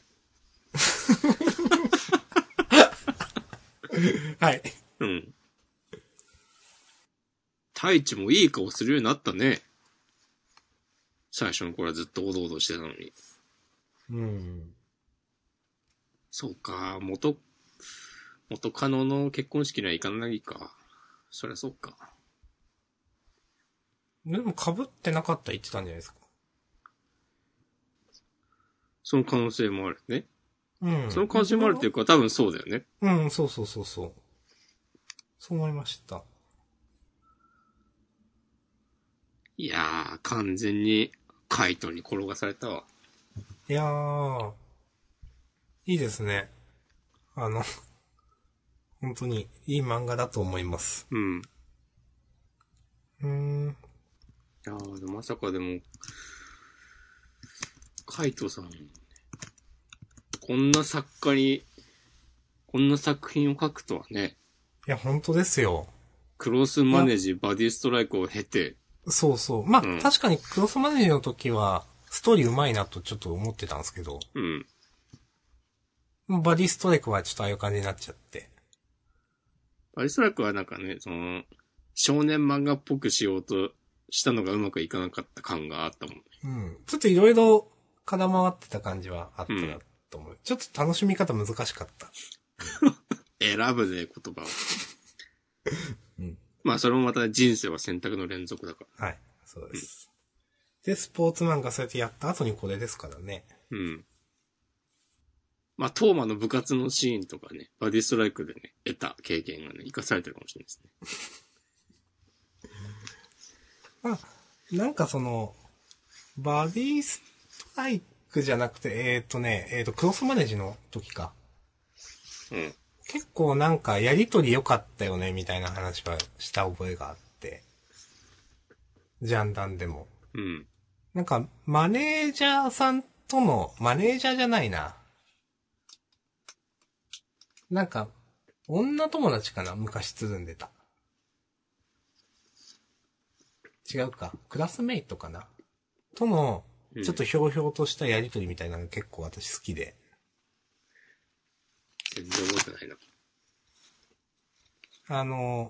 はい。 うん。太一もいい顔するようになったね。最初の頃はずっとおどおどしてたのに。 うん。 そうか、元、元カノの結婚式には行かないか。そりゃそうか。 でも被ってなかった言ってたんじゃないですか。 その可能性もあるね。 うん。 その可能性もあるっていうか、多分そうだよね。 うん、そうそうそうそう。そう思いました。 いやー、完全に、カイトに転がされたわ。 いやー、いいですね。あの、本当にいい漫画だと思います。 うん。 うーん。 いやー、まさかでも、カイトさん、こんな作家に、こんな作品を書くとはね。 いや、本当ですよ。 クロスマネジ、バディストライクを経て。 そうそう。まあ、 うん、 確かにクロスマネージの時は、ストーリー上手いなとちょっと思ってたんですけど、 うん。 バディストライクはちょっとああいう感じになっちゃって。 バディストライクはなんかね、その、少年漫画っぽくしようとしたのがうまくいかなかった感があったもんね。 うん。ちょっといろいろ絡まってた感じはあったなと思う。うん、ちょっと楽しみ方難しかった。 選ぶね、言葉を。 うん。 まあ、それもまた人生は選択の連続だから。はい。そうです。うん、で、スポーツ漫画そうやってやった後にこれですからね。 うん。まあ、トーマの部活のシーンとかね、バディストライクでね、得た経験がね、活かされてるかもしれないですね。 まあ、なんかその、バディストライクじゃなくて、えっ、ー、とね、えっ、ー、と、クロスマネージの時か。 うん。 結構なんかやりとり良かったよね、みたいな話はした覚えがあって。ジャンダンでも。 うん。 なんか、マネージャーさんとの、マネージャーじゃないな。なんか、女友達かな昔つるんでた。違うか。クラスメイトかなとの、ちょっとひょうひょうとしたやりとりみたいなのが結構私好きで。 全然覚えてないな。 あの、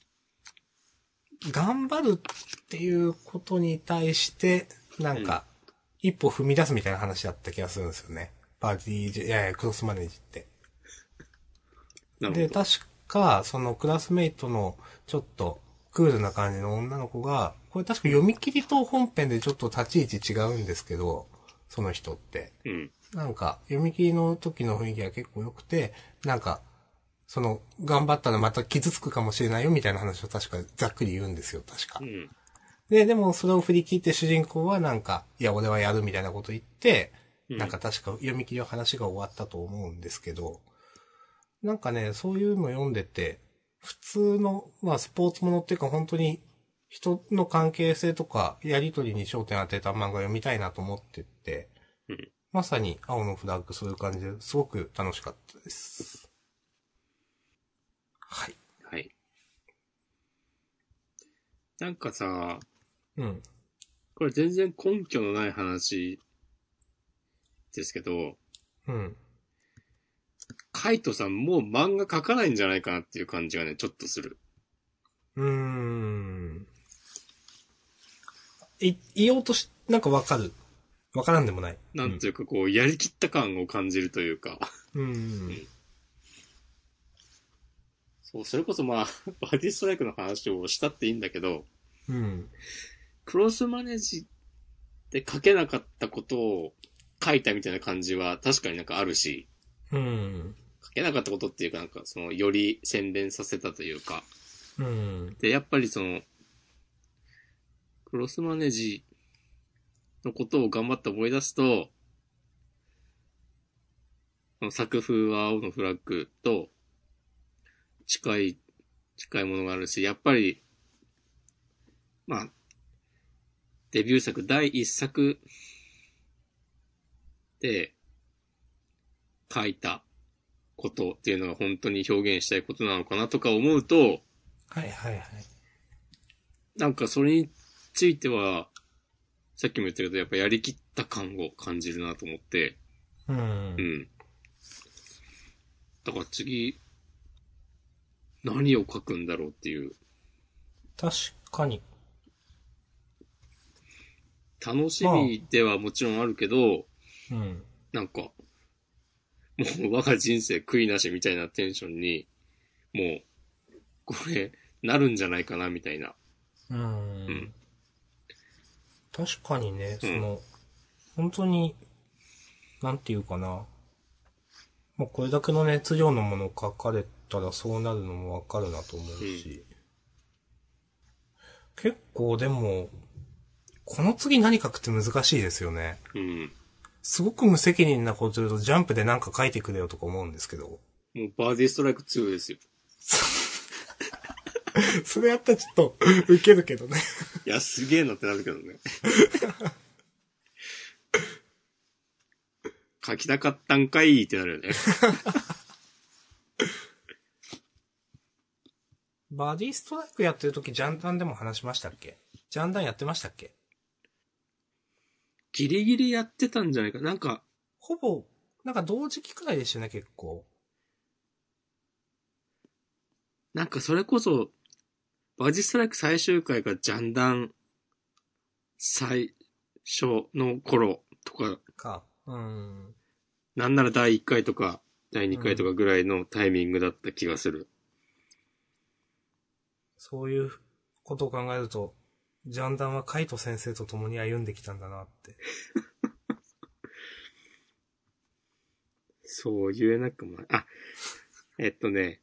頑張るっていうことに対して、なんか、一歩踏み出すみたいな話だった気がするんですよね。パーティーじゃ、いやいや、クロスマネージって。で、確か、そのクラスメイトのちょっとクールな感じの女の子が、これ確か読み切りと本編でちょっと立ち位置違うんですけど、その人って。 うん。 なんか、読み切りの時の雰囲気が結構良くて、なんか、その、頑張ったらまた傷つくかもしれないよみたいな話を確かざっくり言うんですよ、確か。 うん、 で、でもそれを振り切って主人公はなんか、いや、俺はやるみたいなこと言って、うん、なんか確か読み切りの話が終わったと思うんですけど、なんかね、そういうの読んでて、普通の、まあスポーツものっていうか本当に人の関係性とかやりとりに焦点当てた漫画読みたいなと思ってて、 うん、 まさに青のフラッグそういう感じですごく楽しかったです。はい。 はい。なんかさ、 うん。 これ全然根拠のない話ですけど、 うん。 カイトさんもう漫画描かないんじゃないかなっていう感じがね、ちょっとする。 うーん。い、言おうとし、なんかわかる。わからんでもない。 なんていうかこう、やりきった感を感じるというか。 うん。うんそう、それこそまあ、バディストライクの話をしたっていいんだけど、 うん。 クロスマネージで書けなかったことを書いたみたいな感じは確かになんかあるし、 うん。 けなかったことっていうか、なんか、その、より洗練させたというか。 うん。 で、やっぱりその、クロスマネジのことを頑張って思い出すと、作風は青のフラッグと近い、近いものがあるし、やっぱり、まあ、デビュー作だいいっさくで書いたことっていうのが本当に表現したいことなのかなとか思うと、 はいはいはい。 なんかそれについては、さっきも言ったけど、やっぱやりきった感を感じるなと思って、 うん。 うん。だから次、何を書くんだろうっていう。 確かに。 楽しみではもちろんあるけど、 まあ、うん。 なんか、もう我が人生悔いなしみたいなテンションに、もう、これ、なるんじゃないかなみたいな。 うん。うん、確かにね、 うん、 その、本当に、なんていうかな。もうこれだけの熱量のもの書かれたらそうなるのもわかるなと思うし。うん、結構でも、この次何書くって難しいですよね。 うん。 すごく無責任なこと言うとジャンプでなんか書いてくれよとか思うんですけど。もうバーディーストライクツーですよ。 それやったらちょっと、ウケるけどね。 いや、すげえなってなるけどね。書きたかったんかいってなるよね。 バーディーストライクやってる時ジャンダンでも話しましたっけ？ジャンダンやってましたっけ？ ギリギリやってたんじゃないか。なんか、 ほぼ、なんか同時期くらいでしたね、結構。 なんかそれこそ、バーディーストライク最終回がジャンダン最初の頃とか、 か。うん。 なんならだいいっかいとか、だいにかいとかぐらいのタイミングだった気がする。うん、 そういうことを考えると、ジャンダンはカイト先生と共に歩んできたんだなって。 そう言えなくもない。あ、えっとね、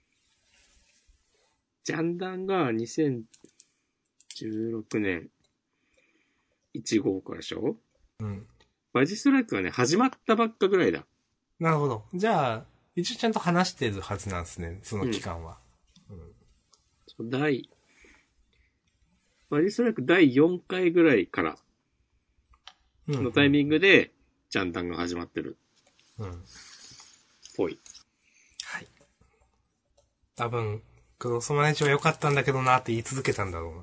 ジャンダンがにせんじゅうろくねんいち号からでしょ？うん。バジストライクはね、始まったばっかぐらいだ。 なるほど。じゃあ、一応ちゃんと話してるはずなんですね、その期間は。うん。うん、 そう、第、バジストライクだいよんかいぐらいからのタイミングで、ジャンダンが始まってる。うん。ぽい。 はい。多分、クロスマネージは良かったんだけどなって言い続けたんだろうな。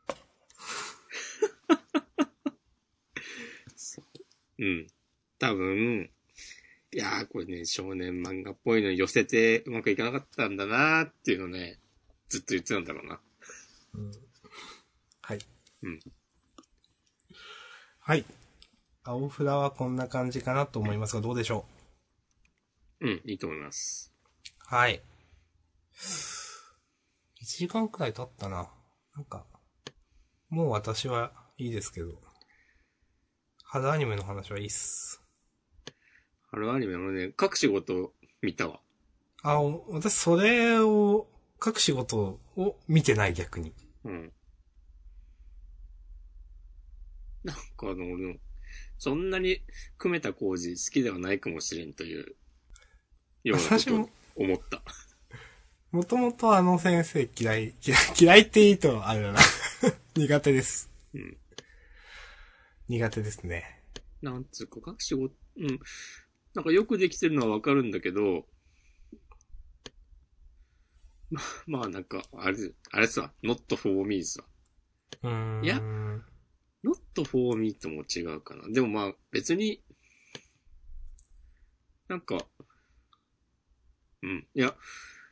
うん。多分、いやーこれね、少年漫画っぽいのに寄せてうまくいかなかったんだなーっていうのね、ずっと言ってたんだろうな。うん。 はい。 うん。 はい。青フラはこんな感じかなと思いますが、どうでしょう？うん、いいと思います。 はい。いちじかんくらい経ったな。なんか、もう私はいいですけど。春アニメの話はいいっす。 春アニメのね、各仕事見たわ。 あ、私それを、各仕事を見てない逆に。うん。 なんかあの、俺の、そんなに組めた工事好きではないかもしれんという、ようなことを思った。 もともとあの先生嫌い、嫌い、嫌いっていいとあれだな。苦手です。うん。苦手ですね。 なんつうか、各仕事、うん。なんかよくできてるのはわかるんだけど、ま、まあなんか、あれ、あれさ、not for me さ。うーん。いや、not for me とも違うかな。でもまあ別に、なんか、うん。いや、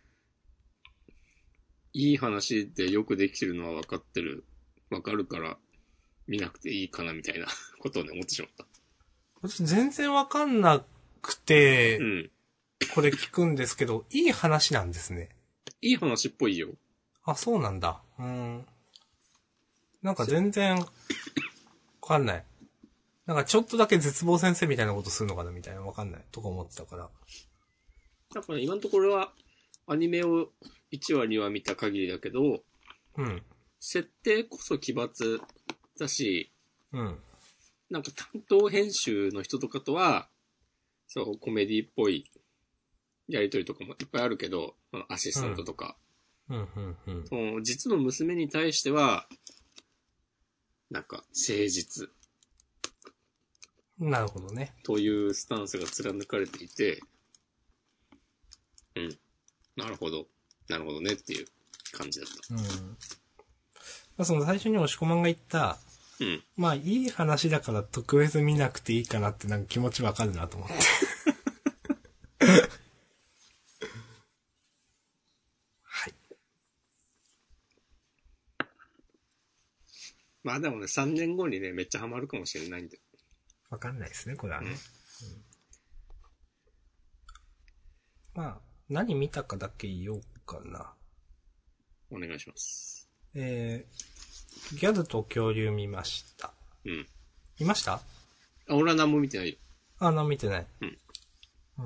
いい話でよくできてるのは分かってる。分かるから、見なくていいかなみたいなことをね、思ってしまった。 私全然分かんなくて、うん。これ聞くんですけど、いい話なんですね。 いい話っぽいよ。 あ、そうなんだ。うん。なんか全然、わかんない。なんかちょっとだけ絶望先生みたいなことするのかなみたいなわかんない。とか思ってたから。 だから今のところは、アニメをいちわにわ見た限りだけど、 うん。 設定こそ奇抜だし、 うん。 なんか担当編集の人とかとは、そう、コメディっぽいやりとりとかもいっぱいあるけど、アシスタントとか。 うん、うん、うん。 その実の娘に対しては、なんか、誠実。 なるほどね。 というスタンスが貫かれていて、うん。なるほど。なるほどねっていう感じだった。 うん。まあ、その最初に押し込まんが言った、 うん。 まあいい話だから特別見なくていいかなってなんか気持ちわかるなと思って。はい。 まあでもね、さんねんごにね、めっちゃハマるかもしれないんで。 わかんないですね、これはね。うんうん、まあ、何見たかだけ言おうかな。 お願いします。 えー、ギャルと恐竜見ました。 うん。 見ました？ あ、俺は何も見てないよ。 あ、何も見てない。 うん。 うん。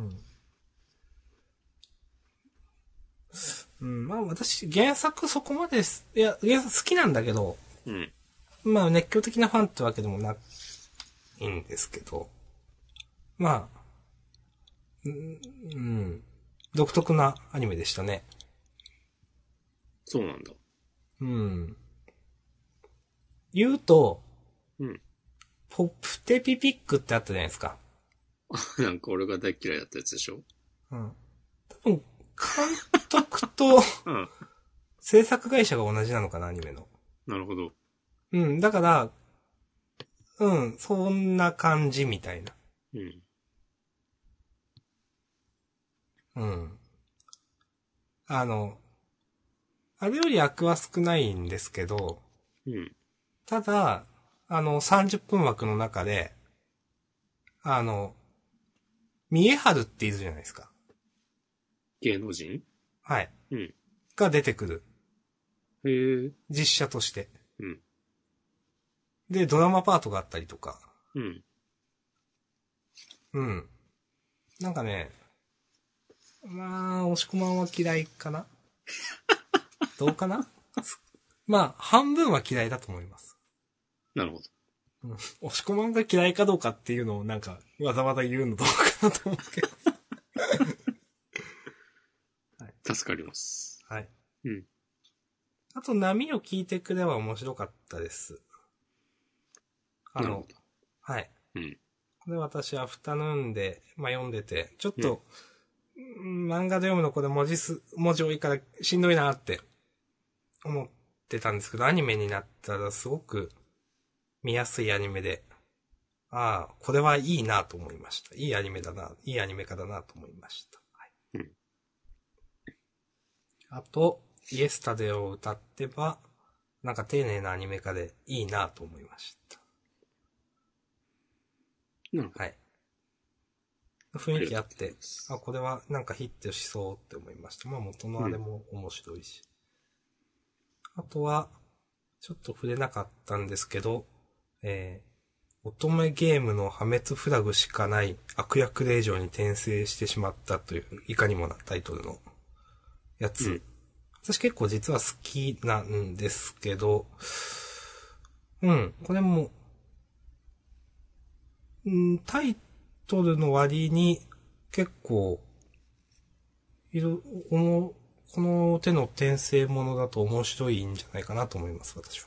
うん、まあ私、原作そこまで、いや、原作好きなんだけど、 うん。 まあ熱狂的なファンってわけでもないんですけど、まあ、うん、うん、独特なアニメでしたね。 そうなんだ。 うん。言うと、 うん。 ポップテピピックってあったじゃないですか。 なんか俺が大嫌いだったやつでしょ？ うん。多分、監督とうん。 制作会社が同じなのかな、アニメの。 なるほど。 うん、だから、うん、そんな感じみたいな。 うん。 うん。あの、あれより悪は少ないんですけど、 うん。 ただ、あの、さんじゅっぷん枠の中で、あの、見えはるっているじゃないですか。 芸能人？ はい。 うん。 が出てくる。 へえ。 実写として。 うん。 で、ドラマパートがあったりとか。 うん。 うん。なんかね、まあ、押し込まんは嫌いかなどうかなまあ、半分は嫌いだと思います。 なるほど。 うん。押し込まんが嫌いかどうかっていうのをなんか、わざわざ言うのどうかなと思うけど。 はい、助かります。 はい。 うん。 あと、波を聞いてくれは面白かったです。あの、はい。 うん。 これ私、アフタヌーンで、まあ、読んでて、ちょっと、うん、漫画で読むのこれ文字数、文字多いからしんどいなって思ってたんですけど、アニメになったらすごく見やすいアニメで、ああ、これはいいなと思いました。いいアニメだな、いいアニメ化だなと思いました。はい。 うん。 あと、イエスタデーを歌ってば、なんか丁寧なアニメ化でいいなと思いました。 なるほど。 はい。雰囲気あって、あ、これはなんかヒットしそうって思いました。まあ元のあれも面白いし。うん、あとは、ちょっと触れなかったんですけど、えー、乙女ゲームの破滅フラグしかない悪役令嬢に転生してしまったという、いかにもなタイトルのやつ。うん、私結構実は好きなんですけど、うん、これも、うん、タイトルの割に結構、いろ、おも、この手の転生ものだと面白いんじゃないかなと思います、私は。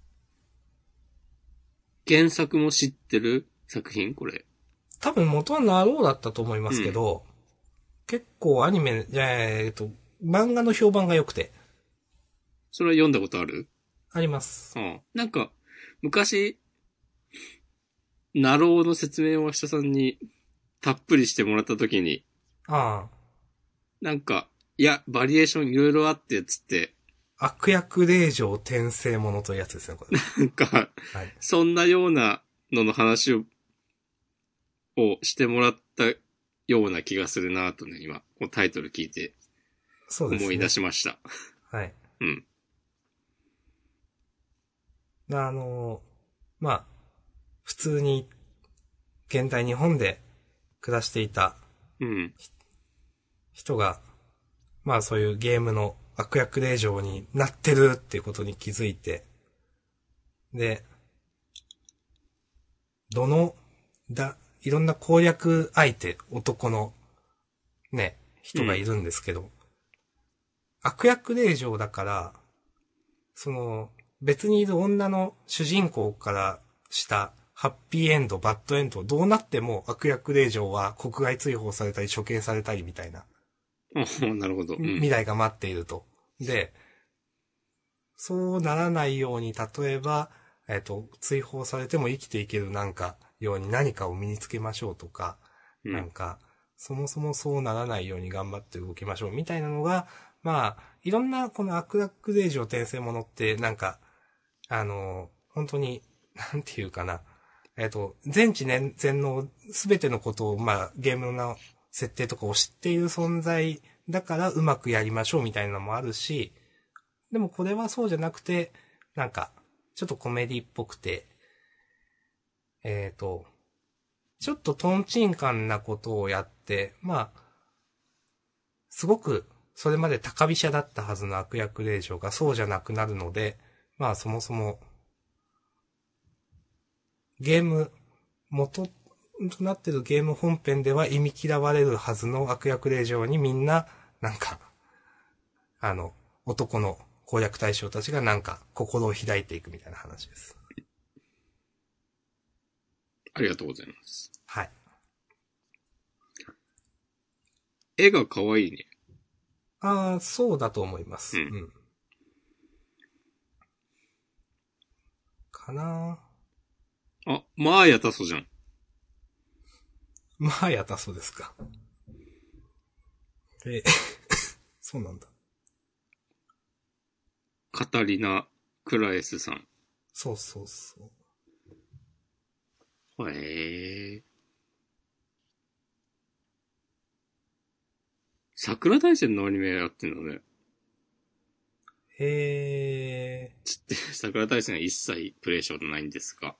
原作も知ってる作品これ。 多分元はナローだったと思いますけど、うん、結構アニメ、じゃえっと、漫画の評判が良くて。 それは読んだことある？ あります。 ああ、なんか、昔、ナローの説明を明日さんにたっぷりしてもらったときに、 ああ。 なんか、いや、バリエーションいろいろあってつって、 悪役令嬢転生ものというやつですね、これ。 なんか、はい、そんなようなのの話を、をしてもらったような気がするなとね、今、このタイトル聞いて、思い出しました。 はい。 うん。 あの、まあ、普通に、現代日本で暮らしていた、 うん。 人が、まあそういうゲームの悪役令嬢になってるっていうことに気づいて、で、どの、だ、いろんな攻略相手、男の、ね、人がいるんですけど、うん、悪役令嬢だから、その、別にいる女の主人公からしたハッピーエンド、バッドエンド、どうなっても悪役令嬢は国外追放されたり処刑されたりみたいな。 なるほど、うん。 未来が待っていると。で、そうならないように、例えば、えっと、追放されても生きていけるなんか、ように何かを身につけましょうとか、うん、なんか、そもそもそうならないように頑張って動きましょうみたいなのが、まあ、いろんなこの悪役令嬢転生ものって、なんか、あの、本当に、なんていうかな、えっと、全知全能、すべてのことを、まあ、ゲームの設定とかを知っている存在だからうまくやりましょうみたいなのもあるし、でもこれはそうじゃなくて、なんか、ちょっとコメディっぽくて、えっと、ちょっとトンチンカンなことをやって、まあ、すごく、それまで高飛車だったはずの悪役令嬢がそうじゃなくなるので、まあそもそも、ゲーム、元となっているゲーム本編では忌み嫌われるはずの悪役令嬢にみんな、なんか、あの、男の攻略対象たちがなんか心を開いていくみたいな話です。 ありがとうございます。 はい。 絵が可愛いね。 ああ、そうだと思います。うん。うん、かなぁ。あ、マーヤタソじゃん。 マーヤタソですか。え、そうなんだ。 カタリナ・クラエスさん。 そうそうそう。 へえ。桜大戦のアニメやってんのね。 へえ。 つって、桜大戦は一切プレイしたことないんですが。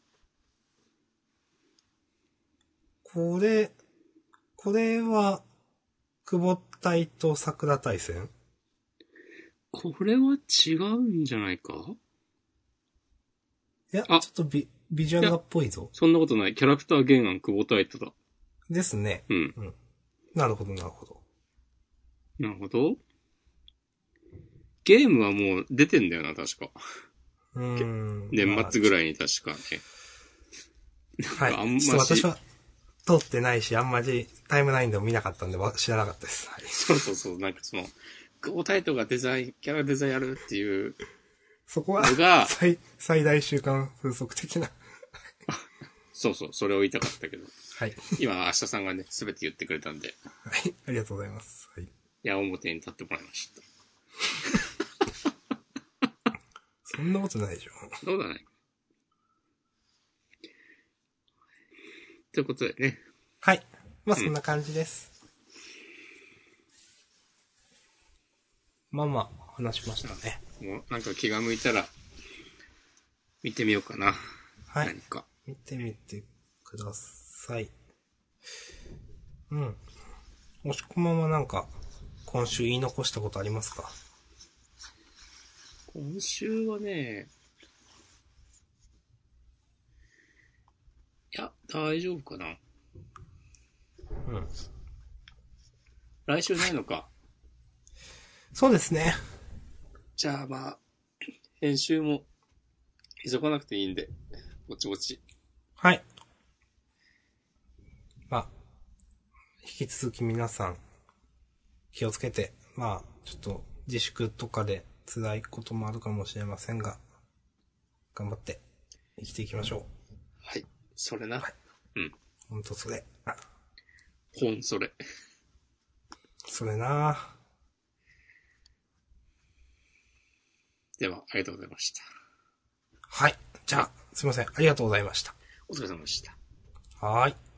これ、これは、久保隊と桜大戦？ これは違うんじゃないか？ いや、ちょっとビ、ビジュアルがっぽいぞ。 そんなことない。キャラクター原案久保隊とだ。 ですね。 うん。 うん。なるほど、なるほど。 なるほど。ゲームはもう出てんだよな、確か。 うーん。 年末ぐらいに確かね。 はい。あんましちょっと私は通ってないし、あんまりタイムラインでも見なかったんで知らなかったです。はい、 そうそうそう。なんかその、久保タイトがデザイン、キャラデザインやるっていう。 そこは、最、最大週間風速的な。 そうそう。それを言いたかったけど。 はい。 今、明日さんがね、すべて言ってくれたんで。 はい。ありがとうございます。はい。 矢面に立ってもらいました。 そんなことないでしょ。 そうだね。ということでね。 はい。まあ、そんな感じです。うん、まあまあ、話しましたね。 もう、なんか気が向いたら、見てみようかな。 はい。 何か。 見てみてください。うん。押し込まんはなんか、今週言い残したことありますか？ 今週はね、いや、大丈夫かな。 うん。 来週ないのか。 そうですね。 じゃあまあ、編集も急がなくていいんで、ぼちぼち。 はい。まあ、引き続き皆さん、気をつけて、まあ、ちょっと自粛とかで辛いこともあるかもしれませんが、頑張って生きていきましょう。 はい。それな。はい、うん。 ほんとそれ。 ほんそれ。 それな。 では、ありがとうございました。 はい。じゃあ、すいません。ありがとうございました。 お疲れ様でした。 はーい。